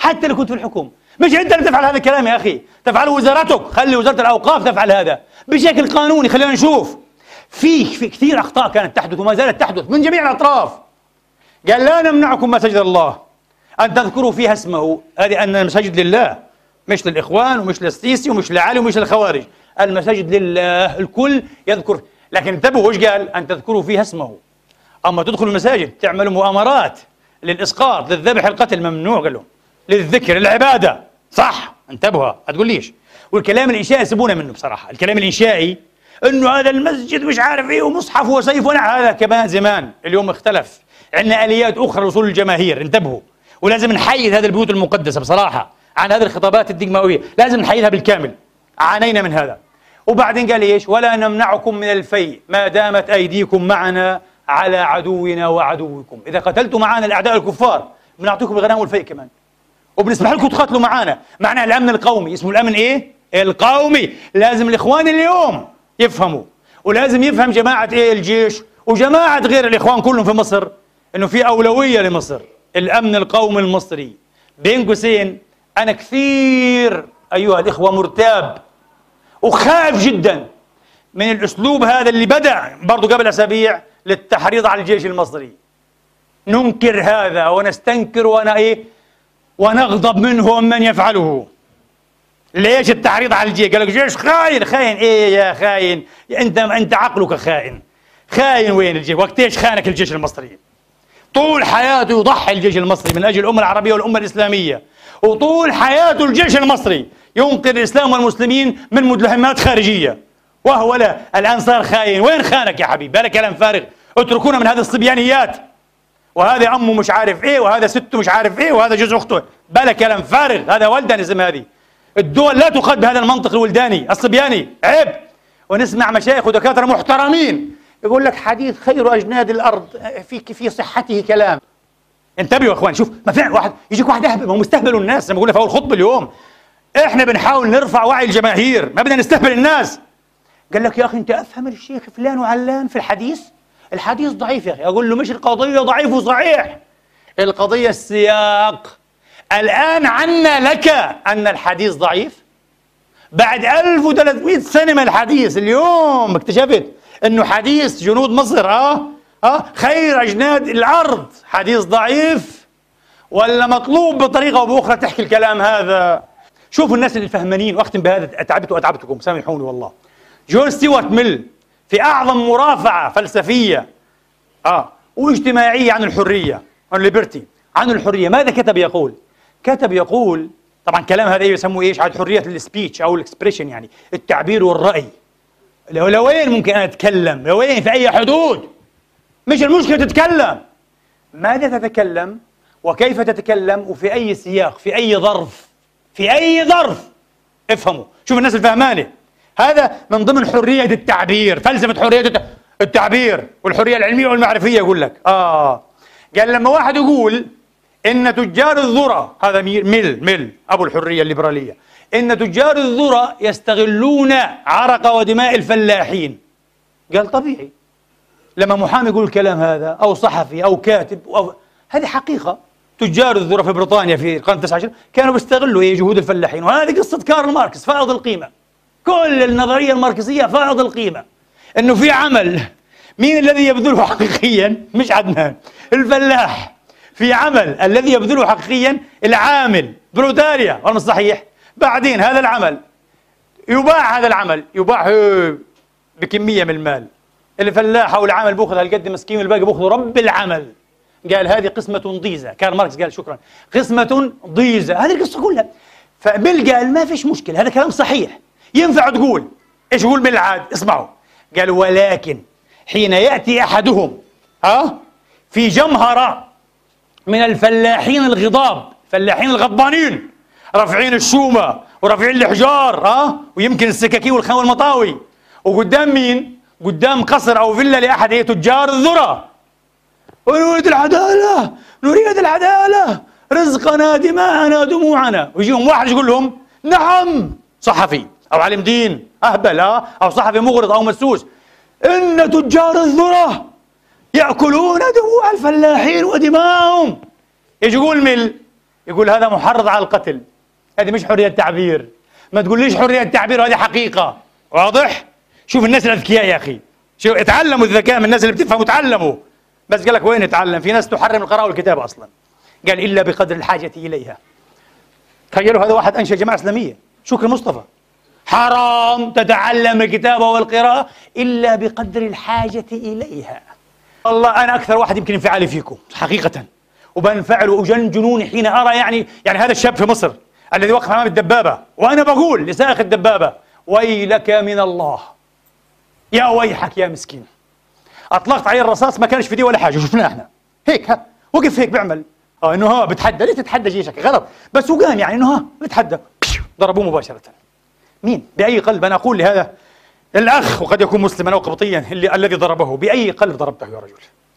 حتى لو كنت في الحكم. مش أنت اللي تفعل هذا الكلام يا أخي، تفعله وزارتك، خلي وزارة الأوقاف تفعل هذا بشكل قانوني. خلينا نشوف في كثير أخطاء كانت تحدث وما زالت تحدث من جميع الأطراف. قال لا نمنعكم مساجد الله أن تذكروا فيها اسمه، هذه أن المساجد لله، مش للإخوان ومش للسيسي ومش لعلي ومش للخوارج، المساجد لله الكل يذكر. لكن انتبهوا وش قال؟ أن تذكروا فيها اسمه. أما تدخلوا المساجد تعملوا مؤامرات للإسقاط للذبح القتل ممنوع، قال لهم للذكر العبادة. صح، انتبهوا ما تقوليش. والكلام الإنشائي سيبونا منه بصراحة، الكلام الإنشائي إنه هذا المسجد مش عارف إيه ومصحف وسيف ونع، هذا كمان زمان، اليوم اختلف، عندنا آليات أخرى لوصول الجماهير. انتبهوا، ولازم نحيد هذه البيوت المقدسة بصراحة عن هذه الخطابات الدجماوية، لازم نحيدها بالكامل، عانينا من هذا. وبعدين قال إيش؟ ولا نمنعكم من الفيء ما دامت أيديكم معنا على عدونا وعدوكم. إذا قتلتوا معنا الأعداء الكفار بنعطيكم الغنائم والفيء كمان، وبنسمح لكم تقاتلوا معنا. معناها الأمن القومي، اسمه الأمن إيه؟ القومي. لازم الإخوان اليوم يفهموا، ولازم يفهم جماعة إيه الجيش وجماعة غير الإخوان كلهم في مصر إنه في أولوية لمصر، الأمن القومي المصري. بين قوسين أنا كثير أيها الإخوة مرتاب وخائف جدا من الأسلوب هذا اللي بدأ برضو قبل أسابيع للتحريض على الجيش المصري. ننكر هذا ونستنكر ونغضب منه من يفعله. ليش التحريض على الجيش؟ قال لك جيش خاين. خاين ايه يا خاين؟ انت عقلك خاين. خاين وين الجيش؟ وقت ايش خانك الجيش المصري؟ طول حياته يضحي الجيش المصري من اجل الامه العربيه والامه الاسلاميه، وطول حياته الجيش المصري ينقذ الاسلام والمسلمين من مدلهمات خارجيه، وهو لا الان صار خاين. وين خانك يا حبيبي؟ هذا كلام فارغ. اتركونا من هذه الصبيانيات، وهذا امه مش عارف ايه، وهذا سته مش عارف ايه، وهذا جوز اخته. بلا كلام فارغ، هذا ولدانيزم. هذه الدول لا تقاد بهذا المنطق الولداني الصبياني، عيب. ونسمع مشايخ ودكاتره محترمين يقول لك حديث خير اجناد الارض في صحته كلام. انتبهوا يا اخوان، شوف ما في واحد يجيك واحد اهبل، ما هو مستهبلوا الناس زي ما قلنا في اول خطبه اليوم. احنا بنحاول نرفع وعي الجماهير، ما بدنا نستهبل الناس. قال لك يا اخي انت افهم الشيخ فلان وعلان في الحديث، الحديث ضعيف يا اخي. اقول له مش القضيه ضعيف وصحيح، القضيه السياق. الان عنا لك ان الحديث ضعيف بعد 1300 سنه من الحديث. اليوم اكتشفت انه حديث جنود مصر خير اجناد الارض حديث ضعيف، ولا مطلوب بطريقه او باخرى تحكي الكلام هذا. شوفوا الناس اللي فهمانين، واختم بهذا، اتعبتكم سامحوني والله. جون ستيوارت ميل في اعظم مرافعه فلسفيه واجتماعيه عن الحريه، عن الليبرتي، عن الحريه، ماذا كتب؟ يقول طبعا كلام هذا يسموه ايش؟ عن حريه السبيتش او الاكسبريشن، يعني التعبير والراي. لوين ممكن انا اتكلم؟ لوين؟ في اي حدود؟ مش المشكله تتكلم، ماذا تتكلم وكيف تتكلم وفي اي سياق، في اي ظرف، في اي ظرف. افهموا، شوف الناس الفهمانه، هذا من ضمن حريه التعبير، فلسفه حريه التعبير والحريه العلميه والمعرفيه. يقول لك قال لما واحد يقول ان تجار الذره، هذا ميل ابو الحريه الليبراليه، ان تجار الذره يستغلون عرق ودماء الفلاحين. قال طبيعي لما محامي يقول الكلام هذا او صحفي او كاتب هذه حقيقه. تجار الذره في بريطانيا في القرن 19 كانوا بيستغلوا جهود الفلاحين، وهذه قصه كارل ماركس فائض القيمه. كل النظريه الماركسيه فائض القيمه، انه في عمل مين الذي يبذله حقيقيا؟ مش عدنان الفلاح. في عمل الذي يبذله حقيقيا العامل بروليتاريا، ولا مش صحيح؟ بعدين هذا العمل يباع، هذا العمل يباع بكميه من المال. الفلاح او العامل بياخذ هالقد مسكين، والباقي بياخذ رب العمل. قال هذه قسمة ضيزة. كارل ماركس قال شكرا، قسمة ضيزة، هذه القصة كلها. فبيل قال ما فيش مشكلة، هذا كلام صحيح ينفع تقول. ايش يقول بيل عاد؟ اسمعوا، قال ولكن حين يأتي أحدهم في جمهرة من الفلاحين الغضاب، فلاحين الغضبانين رافعين الشومة ورافعين الحجار ويمكن السكاكين والخوى والمطاوي، وقدام مين؟ قدام قصر أو فيلا لأحد تجار الذرة. ونريد العدالة، نريد العدالة، رزقنا دماءنا دموعنا. ويجيهم واحد يقول لهم نعم، صحفي أو عالم دين أهبل أو صحفي مغرض أو مسوس، إن تجار الذرة يأكلون دموع الفلاحين ودماءهم. يجي يقول ميل يقول هذا محرض على القتل. هذه مش حرية تعبير، ما تقوليش حرية تعبير، هذه حقيقة. واضح؟ شوف الناس الأذكياء يا أخي، شوف اتعلموا الذكاء من الناس اللي بتفهم وتعلموا. بس قال لك وين نتعلم؟ في ناس تحرم القراءة والكتابة أصلا. قال إلا بقدر الحاجة إليها. تخيلوا هذا واحد أنشأ جماعة إسلامية، شكري مصطفى، حرام تتعلم الكتابة والقراءة إلا بقدر الحاجة إليها. والله أنا أكثر واحد يمكن انفعالي فيكم حقيقة، وبنفعل وأجن جنوني حين أرى يعني هذا الشاب في مصر الذي وقف أمام الدبابة، وأنا بقول لسائق الدبابة ويلك من الله، يا ويحك يا مسكين. أطلقت عليه الرصاص ما كانش في دي ولا حاجة، شفناه احنا هيك، ها وقف هيك بيعمل انه ها بتحدى. ليه تتحدى جيشك؟ غلط. بس وقام يعني انه ها بتحدى، ضربوه مباشرة. مين؟ بأي قلب؟ أنا أقول لهذا الأخ وقد يكون مسلما أو قبطيا الذي ضربه، بأي قلب ضربته يا رجل؟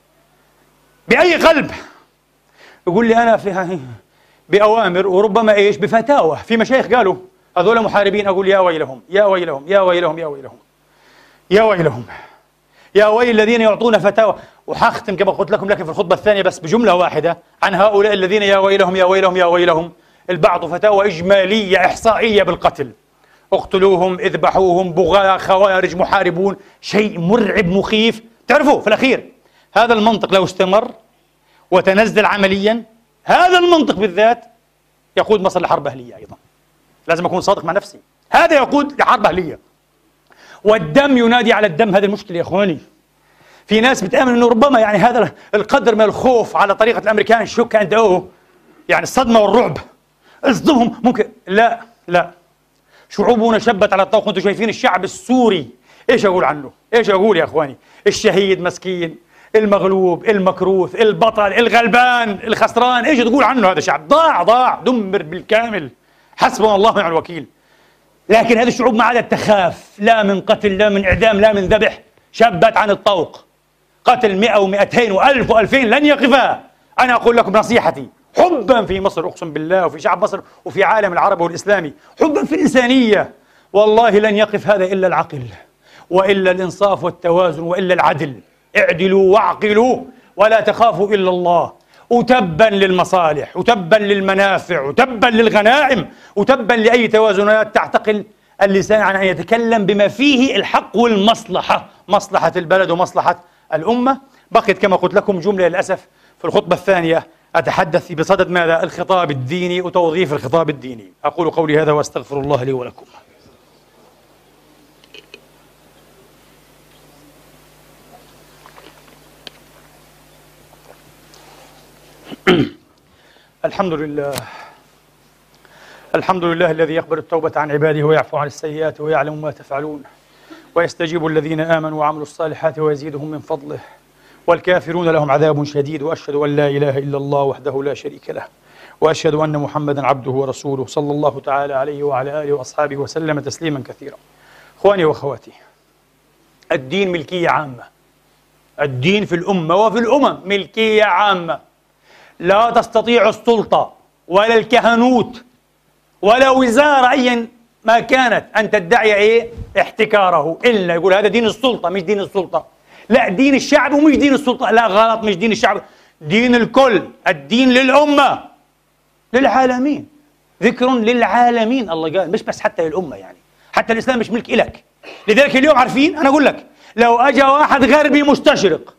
بأي قلب؟ يقول لي أنا في بأوامر وربما إيش بفتاوى في مشايخ قالوا هذول محاربين. أقول يا ويلهم يا ويلهم يا ويلهم يا ويلهم يا ويلهم يا ويل الذين يعطون فتاوى. وحختم كما قلت لكم لكن في الخطبة الثانية بس بجملة واحدة عن هؤلاء الذين يا ويلهم يا ويلهم يا ويلهم. البعض فتاوى إجمالية إحصائية بالقتل، اقتلوهم، اذبحوهم، بغاة، خوارج، محاربون، شيء مرعب مخيف. تعرفوا في الأخير هذا المنطق لو استمر وتنزل عمليا، هذا المنطق بالذات يقود مصر لحرب أهلية أيضا. لازم أكون صادق مع نفسي، هذا يقود لحرب أهلية، والدم ينادي على الدم. هذه المشكلة يا إخواني. في ناس بتآمن أنه ربما يعني هذا القدر من الخوف على طريقة الأمريكان الشوك أند أوه، يعني الصدمة والرعب اصدمهم ممكن. لا لا، شعوبنا شبت على الطوق. وانتم شايفين الشعب السوري ايش اقول عنه؟ ايش اقول يا اخواني؟ الشهيد مسكين، المغلوب، المكروث، البطل، الغلبان، الخسران، ايش تقول عنه؟ هذا شعب ضاع دمر بالكامل، حسبنا الله ونعم الوكيل. لكن هذه الشعوب ما عادت تخاف لا من قتل لا من اعدام لا من ذبح، شبت عن الطوق. قتل 100 و200 و1000 و2000 لن يقفا. انا اقول لكم نصيحتي حبا في مصر، اقسم بالله، وفي شعب مصر وفي عالم العرب والاسلامي، حبا في الانسانيه، والله لن يقف هذا الا العقل والا الانصاف والتوازن والا العدل. اعدلوا واعقلوا ولا تخافوا الا الله، وتبا للمصالح وتبا للمنافع وتبا للغنائم وتبا لاي توازنات تعتقل اللسان عن ان يتكلم بما فيه الحق والمصلحه، مصلحه البلد ومصلحه الامه. بقيت كما قلت لكم جمله للاسف في الخطبه الثانيه أتحدث بصدد ماذا؟ الخطاب الديني وتوظيف الخطاب الديني. أقول قولي هذا وأستغفر الله لي ولكم. الحمد لله، الحمد لله الذي يقبل التوبة عن عباده ويعفو عن السيئات ويعلم ما تفعلون، ويستجيب الذين آمنوا وعملوا الصالحات ويزيدهم من فضله، والكافرون لهم عذاب شديد. وأشهد أن لا إله إلا الله وحده لا شريك له، وأشهد أن محمدا عبده ورسوله صلى الله تعالى عليه وعلى آله وأصحابه وسلم تسليما كثيرا. إخواني وأخواتي، الدين ملكية عامة، الدين في الأمة وفي الأمم ملكية عامة. لا تستطيع السلطة ولا الكهنوت ولا وزارة أيا ما كانت أن تدعي احتكاره، إلا يقول هذا دين السلطة. مش دين السلطة، لا، دين الشعب ومش دين السلطة. لا غلط، مش دين الشعب، دين الكل، الدين للأمة، للعالمين، ذكر للعالمين. الله قال مش بس حتى للأمة، يعني حتى الإسلام مش ملك إلك. لذلك اليوم عارفين، أنا أقول لك لو أجا واحد غربي مستشرق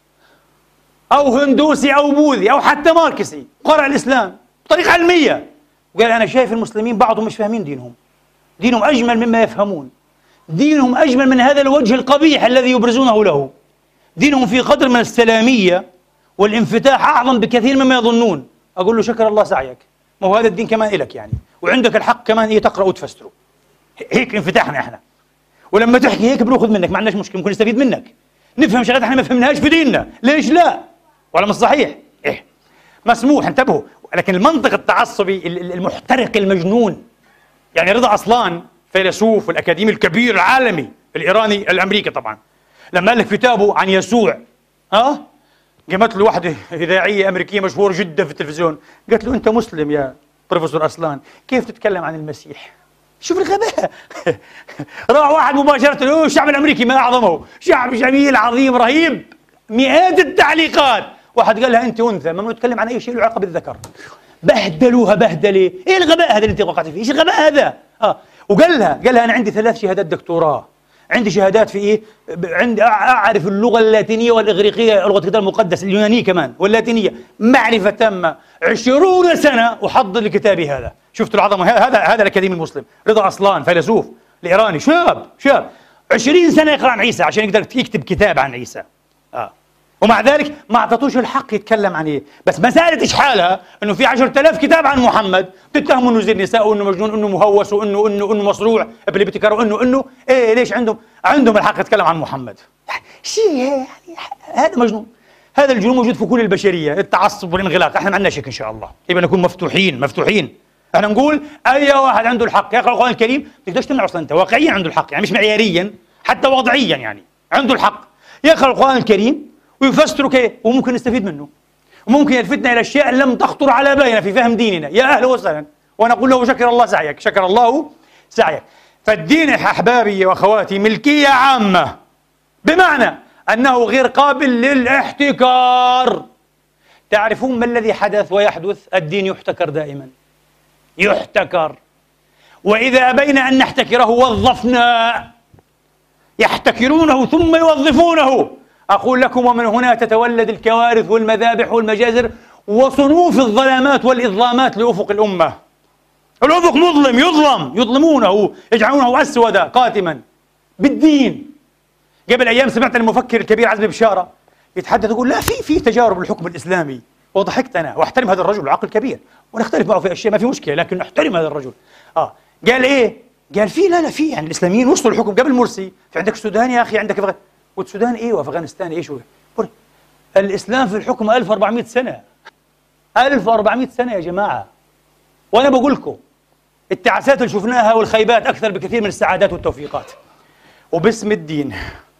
أو هندوسي أو بوذي أو حتى ماركسي قرأ الإسلام بطريقة علمية وقال أنا شايف المسلمين بعضهم مش فاهمين دينهم، دينهم أجمل مما يفهمون، دينهم أجمل من هذا الوجه القبيح الذي يبرزونه له، دينهم في قدر من السلامية والانفتاح أعظم بكثير مما يظنون. أقول له شكر الله سعيك، ما هو هذا الدين كمان إلك يعني، وعندك الحق كمان تقرأ وتفسره. هيك انفتاحنا إحنا، ولما تحكي هيك بنأخذ منك، ما عندناش مشكلة، ممكن نستفيد منك، نفهم شغلات إحنا ما فهمناش في ديننا. ليش لا؟ ولا مش صحيح؟ إيه مسموح، انتبهوا. لكن المنطق التعصبي المحترق المجنون، يعني رضا أصلان فيلسوف والأكاديمي الكبير العالمي الإيراني الأمريكي طبعا، لما قال لك كتابه عن يسوع، قامت له واحدة إذاعية أمريكية مشهورة جدا في التلفزيون، قالت له أنت مسلم يا بروفيسور أصلان، كيف تتكلم عن المسيح؟ شوف الغباء. راح واحد مباشرة له الشعب الأمريكي ما أعظمه، شعب جميل عظيم رهيب، مئات التعليقات. واحد قال لها أنت أنثى، ممنوع تتكلم عن أي شيء له علاقة بالذكر، بهدلوها بهدله. ايه الغباء هذا اللي انت وقعت فيه؟ ايش الغباء هذا؟ قال لها انا عندي 3 شهادات دكتوراه، عندي شهادات في ايه؟ عندي اعرف اللغه اللاتينيه والاغريقيه، لغه الكتاب المقدس، اليونانيه كمان واللاتينيه معرفه تامه، 20 سنه احضر لكتابي هذا. شفتوا العظمه؟ هذا الاكاديمي المسلم رضا أصلان، فيلسوف الايراني، شاب 20 سنه يقرا عن عيسى عشان يقدر يكتب كتاب عن عيسى. ومع ذلك ما اعطتوش الحق يتكلم عن ايه. بس مساله ايش حالها؟ انه في 10,000 كتاب عن محمد، تتهموا انه زي النساء وانه مجنون وانه مهوس وانه مصروع بالابتكار وانه ايه. ليش عندهم الحق يتكلم عن محمد؟ شيء يعني هذا مجنون. هذا الجنون موجود في كل البشريه، التعصب والانغلاق. احنا ما عندناش هيك ان شاء الله، يبقى نكون مفتوحين. احنا نقول اي واحد عنده الحق يقرا القران الكريم، ما تقدرش تمنعه اصلا. انت واقعيا عنده الحق، يعني مش معياريا، حتى وضعيا يعني عنده الحق يقرا القران الكريم ويفسره كيف، وممكن نستفيد منه، وممكن يلفتنا الى اشياء لم تخطر على بالنا في فهم ديننا. يا اهلا وسهلا، وانا اقول له شكر الله سعيك. فالدين احبابي واخواتي ملكيه عامه، بمعنى انه غير قابل للاحتكار. تعرفون ما الذي حدث ويحدث؟ الدين يحتكر دائما، يحتكر، واذا ابينا ان نحتكره وظفنا. يحتكرونه ثم يوظفونه. أقول لكم ومن هنا تتولد الكوارث والمذابح والمجازر وصنوف الظلامات والإظلامات لأفق الأمة. الأفق مظلم، يظلمونه، يجعلونه أسود قاتما بالدين. قبل أيام سمعت المفكر الكبير عزمي بشارة يتحدث، يقول لا في تجارب الحكم الإسلامي، وضحكت أنا وأحترم هذا الرجل، عقل كبير، ونختلف معه في أشياء ما في مشكلة، لكن نحترم هذا الرجل. قال إيه؟ قال في يعني الإسلاميين وصلوا الحكم قبل مرسي. في عندك السودان يا أخي، عندك والسودان ايه وافغانستان ايه. شو الاسلام في الحكم 1400 سنه، 1400 سنه يا جماعه. وانا بقول لكم التعاسات اللي شفناها والخيبات اكثر بكثير من السعادات والتوفيقات. وباسم الدين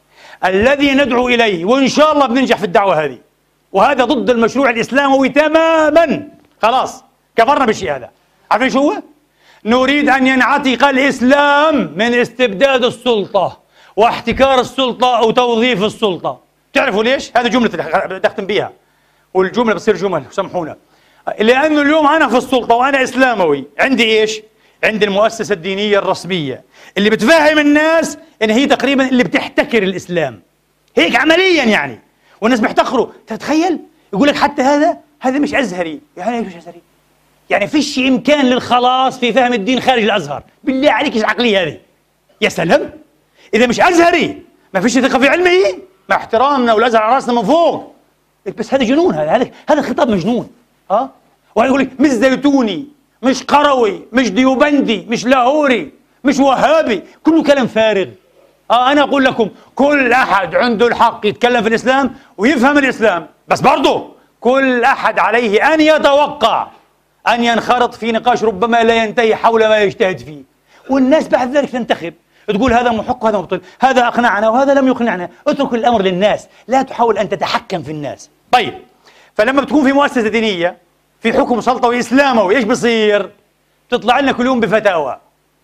الذي ندعو اليه، وان شاء الله بننجح في الدعوه هذه، وهذا ضد المشروع الاسلامي تماما، خلاص كفرنا بالشيء هذا. عارفين شو هو؟ نريد ان ينعتق الاسلام من استبداد السلطه واحتكار السلطة وتوظيف السلطة. تعرفوا ليش؟ هذه جملة بدي أختم بيها، والجملة بتصير جمل، سامحونا. لأنه اليوم أنا في السلطة وأنا إسلاموي، عندي إيش؟ عندي المؤسسة الدينية الرسمية اللي بتفهم الناس إن هي تقريبا اللي بتحتكر الإسلام، هيك عمليا يعني. والناس بيحتقروا. تتخيل؟ يقول لك حتى هذا مش أزهري. يعني إيش مش أزهري؟ يعني فيش إمكان للخلاص في فهم الدين خارج الأزهر. بالله عليك إيش العقلية هذه؟ يا سلام، إذا مش أزهري ما فيش ثقة في علمه، مع احترامنا والأزهر على راسنا من فوق. بس هذا جنون، هذا خطاب مجنون. واحد يقول لك مش زيتوني، مش قروي، مش ديوبندي، مش لاهوري، مش وهابي، كله كلام فارغ. أنا أقول لكم كل أحد عنده الحق يتكلم في الإسلام ويفهم الإسلام، بس برضه كل أحد عليه أن يتوقع أن ينخرط في نقاش ربما لا ينتهي حول ما يجتهد فيه، والناس بعد ذلك تنتخب، تقول هذا محق وهذا مبطل، هذا أقنعنا وهذا لم يقنعنا. اترك الأمر للناس، لا تحاول أن تتحكم في الناس. طيب، فلما بتكون في مؤسسة دينية في حكم سلطوي إسلاموي، إيش بصير؟ تطلع لنا كل يوم بفتاوى.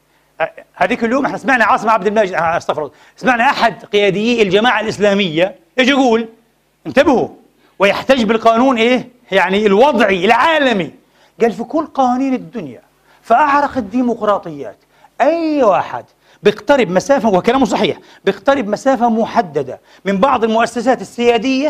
هذيك اليوم احنا سمعنا عاصم عبد الماجد، استغفر الله، سمعنا أحد قياديي الجماعة الإسلامية يجي يقول انتبهوا، ويحتج بالقانون إيه؟ يعني الوضعي العالمي. قال في كل قوانين الدنيا فأعرق الديمقراطيات أي واحد بيقترب مسافة، وكلامه صحيح، بيقترب مسافة محددة من بعض المؤسسات السيادية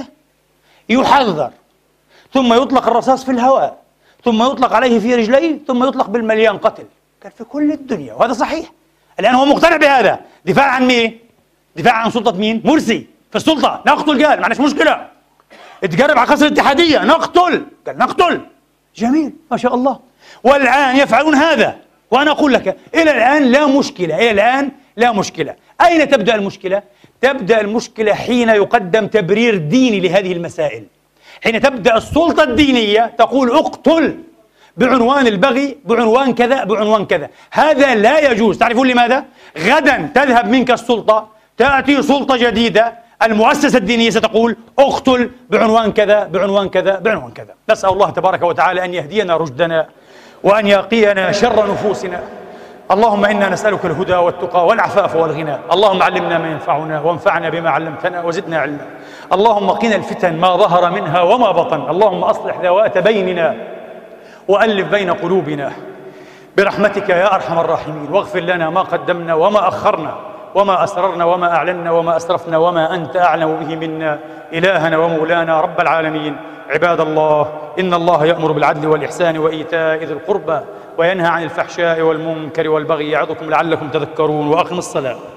يحذر، ثم يطلق الرصاص في الهواء، ثم يطلق عليه في رجليه، ثم يطلق بالمليان قتل. قال في كل الدنيا، وهذا صحيح. الآن هو مقتنع بهذا. دفاع عن مين؟ دفاع عن سلطة مين؟ مرسي في السلطة، نقتل. قال معلش مشكلة، تقرب على قصر الاتحادية نقتل. قال نقتل. جميل ما شاء الله. والآن يفعلون هذا، وأنا أقول لك إلى الآن لا مشكلة، إلى الآن لا مشكلة. أين تبدأ المشكلة؟ تبدأ المشكلة حين يقدم تبرير ديني لهذه المسائل، حين تبدأ السلطة الدينية تقول اقتل بعنوان البغي، بعنوان كذا، بعنوان كذا. هذا لا يجوز. تعرفون لماذا؟ غدا تذهب منك السلطة، تأتي سلطة جديدة، المؤسسة الدينية ستقول اقتل بعنوان كذا، بعنوان كذا، بعنوان كذا. نسأل الله تبارك وتعالى أن يهدينا رشدنا وأن يقينا شر نفوسنا. اللهم إنا نسألك الهدى والتقى والعفاف والغنى. اللهم علمنا ما ينفعنا وانفعنا بما علمتنا وزدنا علما. اللهم قنا الفتن ما ظهر منها وما بطن. اللهم أصلح ذوات بيننا وألف بين قلوبنا برحمتك يا أرحم الراحمين، واغفر لنا ما قدمنا وما أخرنا وما أسررنا وما أعلنا وما أسرفنا وما أنت أعلم به منا، إلهنا ومولانا رب العالمين. عباد الله، إن الله يأمر بالعدل والإحسان وإيتاء ذي القربى وينهى عن الفحشاء والمنكر والبغي، يعظكم لعلكم تذكرون، وأقم الصلاة.